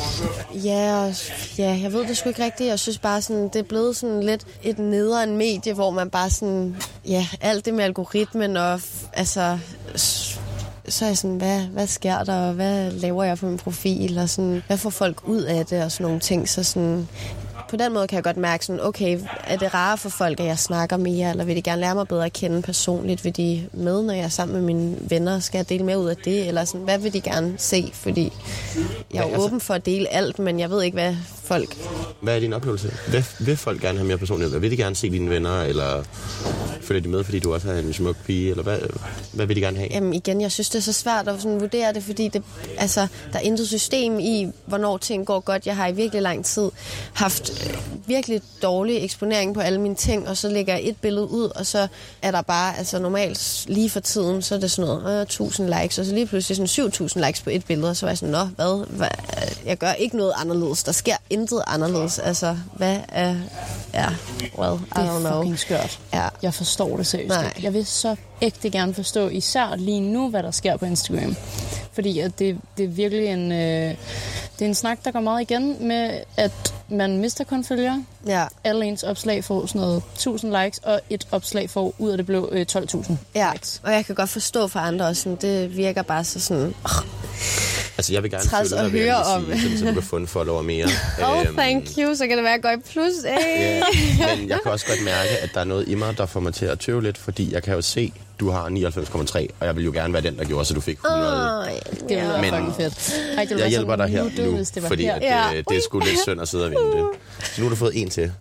Ja, jeg ved det sgu ikke rigtigt. Jeg synes bare sådan, det er blevet sådan lidt et nederen medie, hvor man bare sådan, alt det med algoritmen og altså, så er jeg sådan, hvad sker der, og hvad laver jeg på min profil, og sådan, hvad får folk ud af det, og sådan nogle ting. Så sådan, på den måde kan jeg godt mærke sådan, okay, er det rart for folk, at jeg snakker mere, eller vil de gerne lære mig bedre at kende personligt? Vil de med, når jeg er sammen med mine venner? Skal jeg dele mere ud af det? Eller sådan, hvad vil de gerne se? Fordi jeg er åben for at dele alt, men jeg ved ikke, hvad folk... Hvad er din oplevelse? Vil folk gerne have mere personligt? Vil de gerne se dine venner, eller følger de med, fordi du også er en smuk pige? Eller hvad vil de gerne have? Jamen igen, jeg synes, det er så svært at sådan vurdere det, fordi det, altså, der er intet system i, hvornår ting går godt. Jeg har i virkelig lang tid haft virkelig dårlig eksponering på alle mine ting, og så lægger jeg et billede ud, og så er der bare, altså normalt lige for tiden, så er det sådan noget 1000 likes, og så lige pludselig sådan 7000 likes på et billede, og så var jeg sådan, hvad? Jeg gør ikke noget anderledes. Der sker intet anderledes. Altså, hvad er... Ja, well, I don't know. Det er fucking skørt. Ja. Jeg forstår det seriøst ikke. Jeg vil så ægte gerne forstå, især lige nu, hvad der sker på Instagram. Fordi at det er virkelig en... det er en snak, der går meget igen med, at man mister kun følgere. Ja. Alle ens opslag får sådan noget 1000 likes, og et opslag får ud af det blå 12.000 ja. likes. Og jeg kan godt forstå for andre også, sådan, det virker bare så sådan... Altså, jeg vil gerne følge dig, vil jeg lige sige, så du kan få en follower mere. Thank you, så kan det være, at jeg går i plus. Yeah. Men jeg kan også godt mærke, at der er noget i mig, der får mig til at tøve lidt, fordi jeg kan jo se, du har 99,3, og jeg vil jo gerne være den, der gjorde, så du fik 100. Det ville være fucking fedt. Jeg hjælper dig her nu, fordi at, det er sgu lidt synd at sidde og vinde det. Så nu har du fået en til.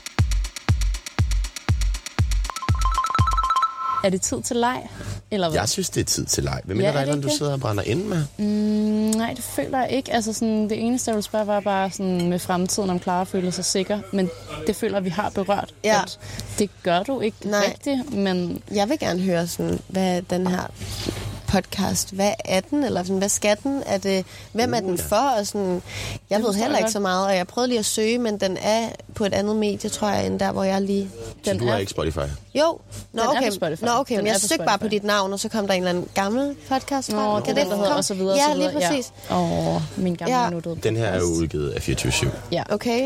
Er det tid til leg? Eller hvad? Jeg synes, det er tid til leg. Hvem er der, du sidder og brænder ind med? Nej, det føler jeg ikke. Altså, sådan, det eneste, jeg ville spørge, var bare sådan, med fremtiden, om Clara føler sig sikker. Men det føler vi har berørt. Ja. At det gør du ikke rigtigt, men... Jeg vil gerne høre, sådan, hvad den her podcast, hvad er den, eller sådan, hvad skal den? Er det, hvem er den for? Og sådan, jeg ved heller ikke så meget, og jeg prøvede lige at søge, men den er på et andet medie, tror jeg, end der, hvor jeg lige... Så du er ikke Spotify? Jo. Nå, okay. Men jeg søgte bare på dit navn, og så kom der en eller anden gammel podcast fra. Kan det hedder og så videre. Ja, lige præcis. Min gamle nuttede. Den her er jo udgivet af 24/7. Ja. Okay.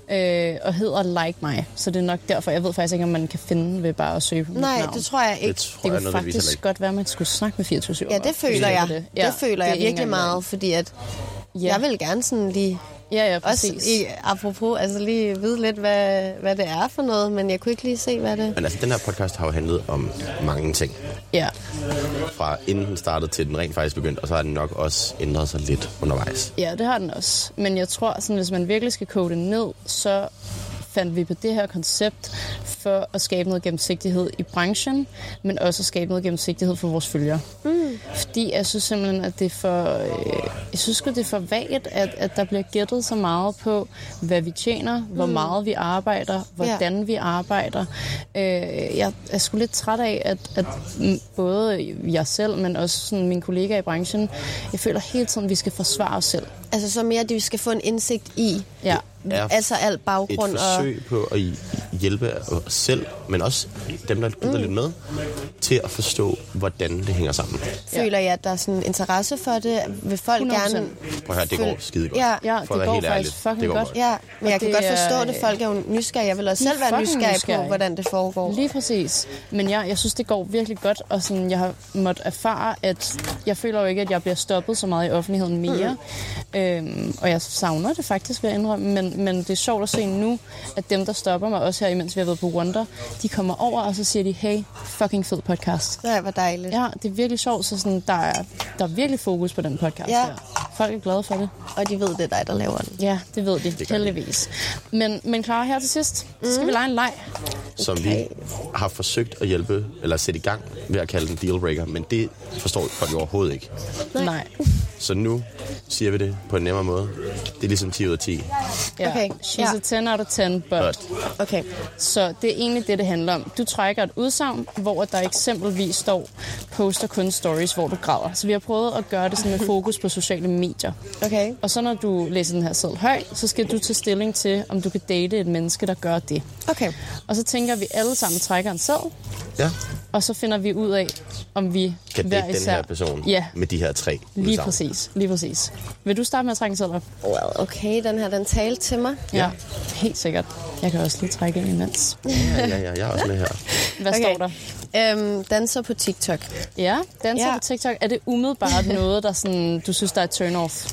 Og hedder Like Mig, så det er nok derfor. Jeg ved faktisk ikke, om man kan finde ved bare at søge på mit navn. Nej, det tror jeg ikke. Det kunne faktisk godt være, at man skulle snakke med 24/7. Ja, det føler jeg. Det føler jeg virkelig meget, fordi at jeg vil gerne sådan lige... Ja, præcis. Også apropos, altså lige vide lidt, hvad det er for noget, men jeg kunne ikke lige se, hvad det... Men altså, den her podcast har jo handlet om mange ting. Ja. Fra inden den startede til den rent faktisk begyndte, og så har den nok også ændret sig lidt undervejs. Ja, det har den også. Men jeg tror, sådan, hvis man virkelig skal koge det ned, så fandt vi på det her koncept for at skabe noget gennemsigtighed i branchen, men også at skabe noget gennemsigtighed for vores følgere. Fordi jeg synes simpelthen, at det er for... jeg synes det er for vagt, at der bliver gættet så meget på, hvad vi tjener, hvor meget vi arbejder, hvordan vi arbejder. Jeg er sgu lidt træt af, at både jeg selv, men også sådan mine kollegaer i branchen, jeg føler hele tiden, at vi skal forsvare os selv. Altså så mere, at vi skal få en indsigt i... Ja. Altså alt baggrund et forsøg på at hjælpe os selv, men også dem, der lytter lidt med, til at forstå, hvordan det hænger sammen. Føler jeg, at der er sådan interesse for det? Vil folk 100%. Gerne... Prøv at høre, det går skide godt. Ja, det går faktisk fucking godt. Ja, men jeg kan godt forstå det. Folk er jo nysgerrige. Jeg vil også selv være nysgerrig på, hvordan det foregår. Lige præcis. Men jeg synes, det går virkelig godt, og sådan, jeg har måttet erfare, at jeg føler jo ikke, at jeg bliver stoppet så meget i offentligheden mere. Og jeg savner det faktisk, ved at indrømme, men det er sjovt at se nu, at dem, der stopper mig også her imens vi har været på Wonder, de kommer over, og så siger de, hey, fucking fed podcast. Nej, hvor dejligt. Ja, det er virkelig sjovt, så sådan, der er virkelig fokus på den podcast der. Folk er glade for det. Og de ved, det er dig, der laver den. Ja, det ved de, heldigvis. Men Clara, her til sidst, skal vi lege en leg. Som vi har forsøgt at hjælpe, eller sætte i gang ved at kalde den dealbreaker, men det forstår folk jo overhovedet ikke. Nej. Så nu siger vi det på en nemmere måde. Det er ligesom 10 ud af 10. Ja. Okay. She's a 10 out of 10, but. Okay. Så det er egentlig det handler om. Du trækker et udsagn, hvor der eksempelvis står, poster kun stories, hvor du græder. Så vi har prøvet at gøre det sådan med fokus på sociale medier. Okay. Og så når du læser den her seddel højt, så skal du tage stilling til, om du kan date et menneske, der gør det. Okay. Og så tænker vi alle sammen trækker en seddel. Ja. Og så finder vi ud af, om vi kan date den her person med de her 3 udsagn. Lige præcis. Vil du starte med at trække en seddel op? Well, okay, den her, den talte til mig. Ja, helt sikkert. Jeg kan også lige trække ind imens. Ja, jeg er også med her. Hvad står der? Danser på TikTok. Ja, danser på TikTok. Er det umiddelbart noget, der sådan, du synes, der er turn-off?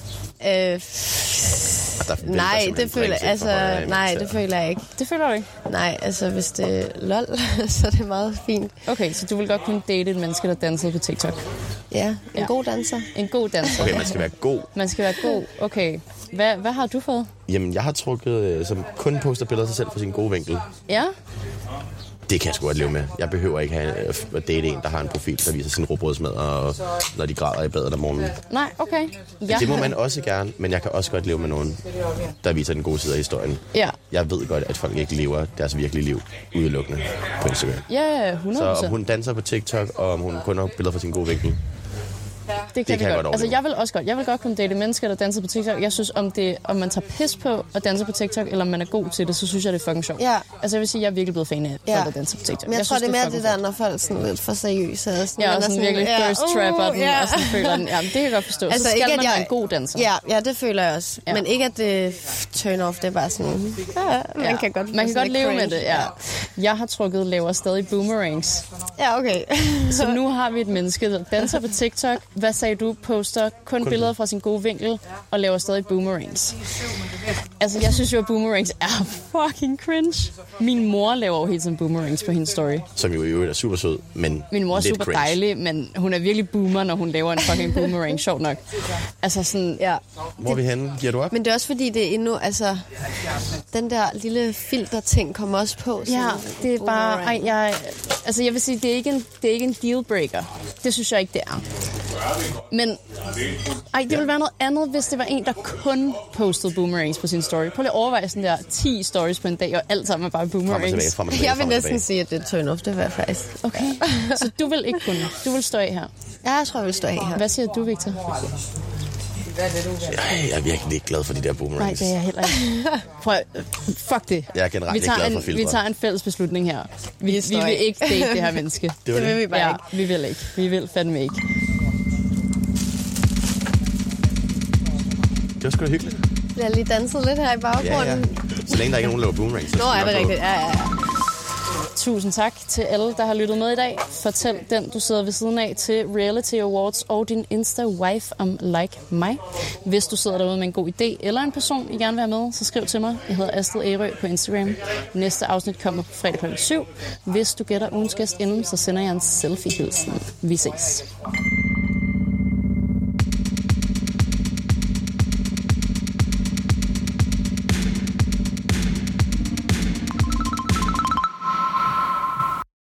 Nej, det føler jeg ikke. Det føler du ikke? Nej, altså hvis det er lol, så er det meget fint. Okay, så du vil godt kunne date et menneske, der danser på TikTok? Ja, en god danser. En god danser. Okay, man skal være god. Man skal være god, okay. Hvad har du fået? Jamen, jeg har trukket, som kun poster billeder af sig selv fra sin gode vinkel. Ja? Det kan jeg sgu godt leve med. Jeg behøver ikke at date en, der har en profil, der viser sin rugbrødsmad, og når de græder i badet om morgenen. Nej, okay. Det må man også gerne, men jeg kan også godt leve med nogen, der viser den gode side af historien. Ja. Jeg ved godt, at folk ikke lever deres virkelige liv udelukkende på Instagram. Ja, 100%. Så om hun danser på TikTok, og om hun kun har billeder fra sin gode vinkel. Det kan jeg godt. Altså, jeg vil godt kunne date mennesker, der danser på TikTok. Jeg synes, om man tager pis på at danse på TikTok, eller om man er god til det, så synes jeg, det er fucking sjovt. Ja. Altså, jeg vil sige, jeg er virkelig blevet fan af folk, der danser på TikTok. Men jeg tror, synes, det er mere det der, når folk er sådan lidt for seriøse. Og sådan virkelig thirst trapper den, og sådan føler den. Ja, det kan jeg godt forstå. Altså, så skal man være en god danser. Ja, det føler jeg også. Ja. Men ikke, at det turn off, det er bare sådan... Man kan godt leve med det, ja. Jeg har trukket laver stadig boomerangs. Ja, okay. Så nu har vi et menneske, der danser på TikTok. Hvad sagde du? Poster kun billeder fra sin gode vinkel og laver stadig boomerangs. Altså, jeg synes jo, at boomerangs er fucking cringe. Min mor laver jo hele tiden boomerangs på hendes story. Som jo er super sød, men min mor er super cringe. Dejlig, men hun er virkelig boomer, når hun laver en fucking boomerang. Sjovt nok. Altså sådan, ja. Hvor er vi henne? Giver du op? Men det er også fordi, det er endnu, altså... Den der lille filter-ting kommer også på. Ja, det er bare... jeg vil sige, det er ikke en dealbreaker. Det synes jeg ikke, det er. Men det ville være noget andet, hvis det var en, der kun postede boomerangs på sin story. Prøv lige at overveje sådan der 10 stories på en dag, og alt sammen er bare boomerangs. Jeg vil næsten sige, at det er turn-off, det var faktisk. Okay, så du vil ikke kunne. Du vil stå af her. Ja, jeg tror, jeg vil stå af her. Hvad siger du, Victor? Jeg er virkelig ikke glad for de der boomerangs. Nej, det er jeg heller ikke. Fuck det. Jeg er generelt ikke glad for filtre. Vi tager en fælles beslutning her. Vi vil ikke date det her menneske. Det vil vi bare ikke. Vi vil ikke. Vi vil fandme ikke. Det var sgu da hyggeligt. Jeg har lige danset lidt her i baggrunden. Ja. Så længe der ikke er nogen, der laver boomerangs. Nå, er det rigtigt? Ja. Tusind tak til alle, der har lyttet med i dag. Fortæl den, du sidder ved siden af, til Reality Awards og din Insta-wife om Like mig. Hvis du sidder derude med en god idé eller en person, I gerne vil have med, så skriv til mig. Jeg hedder Astrid Ærø på Instagram. Næste afsnit kommer på fredag kl. 7. Hvis du gætter ugens gæst inden, så sender jeg en selfie-hilsen. Vi ses.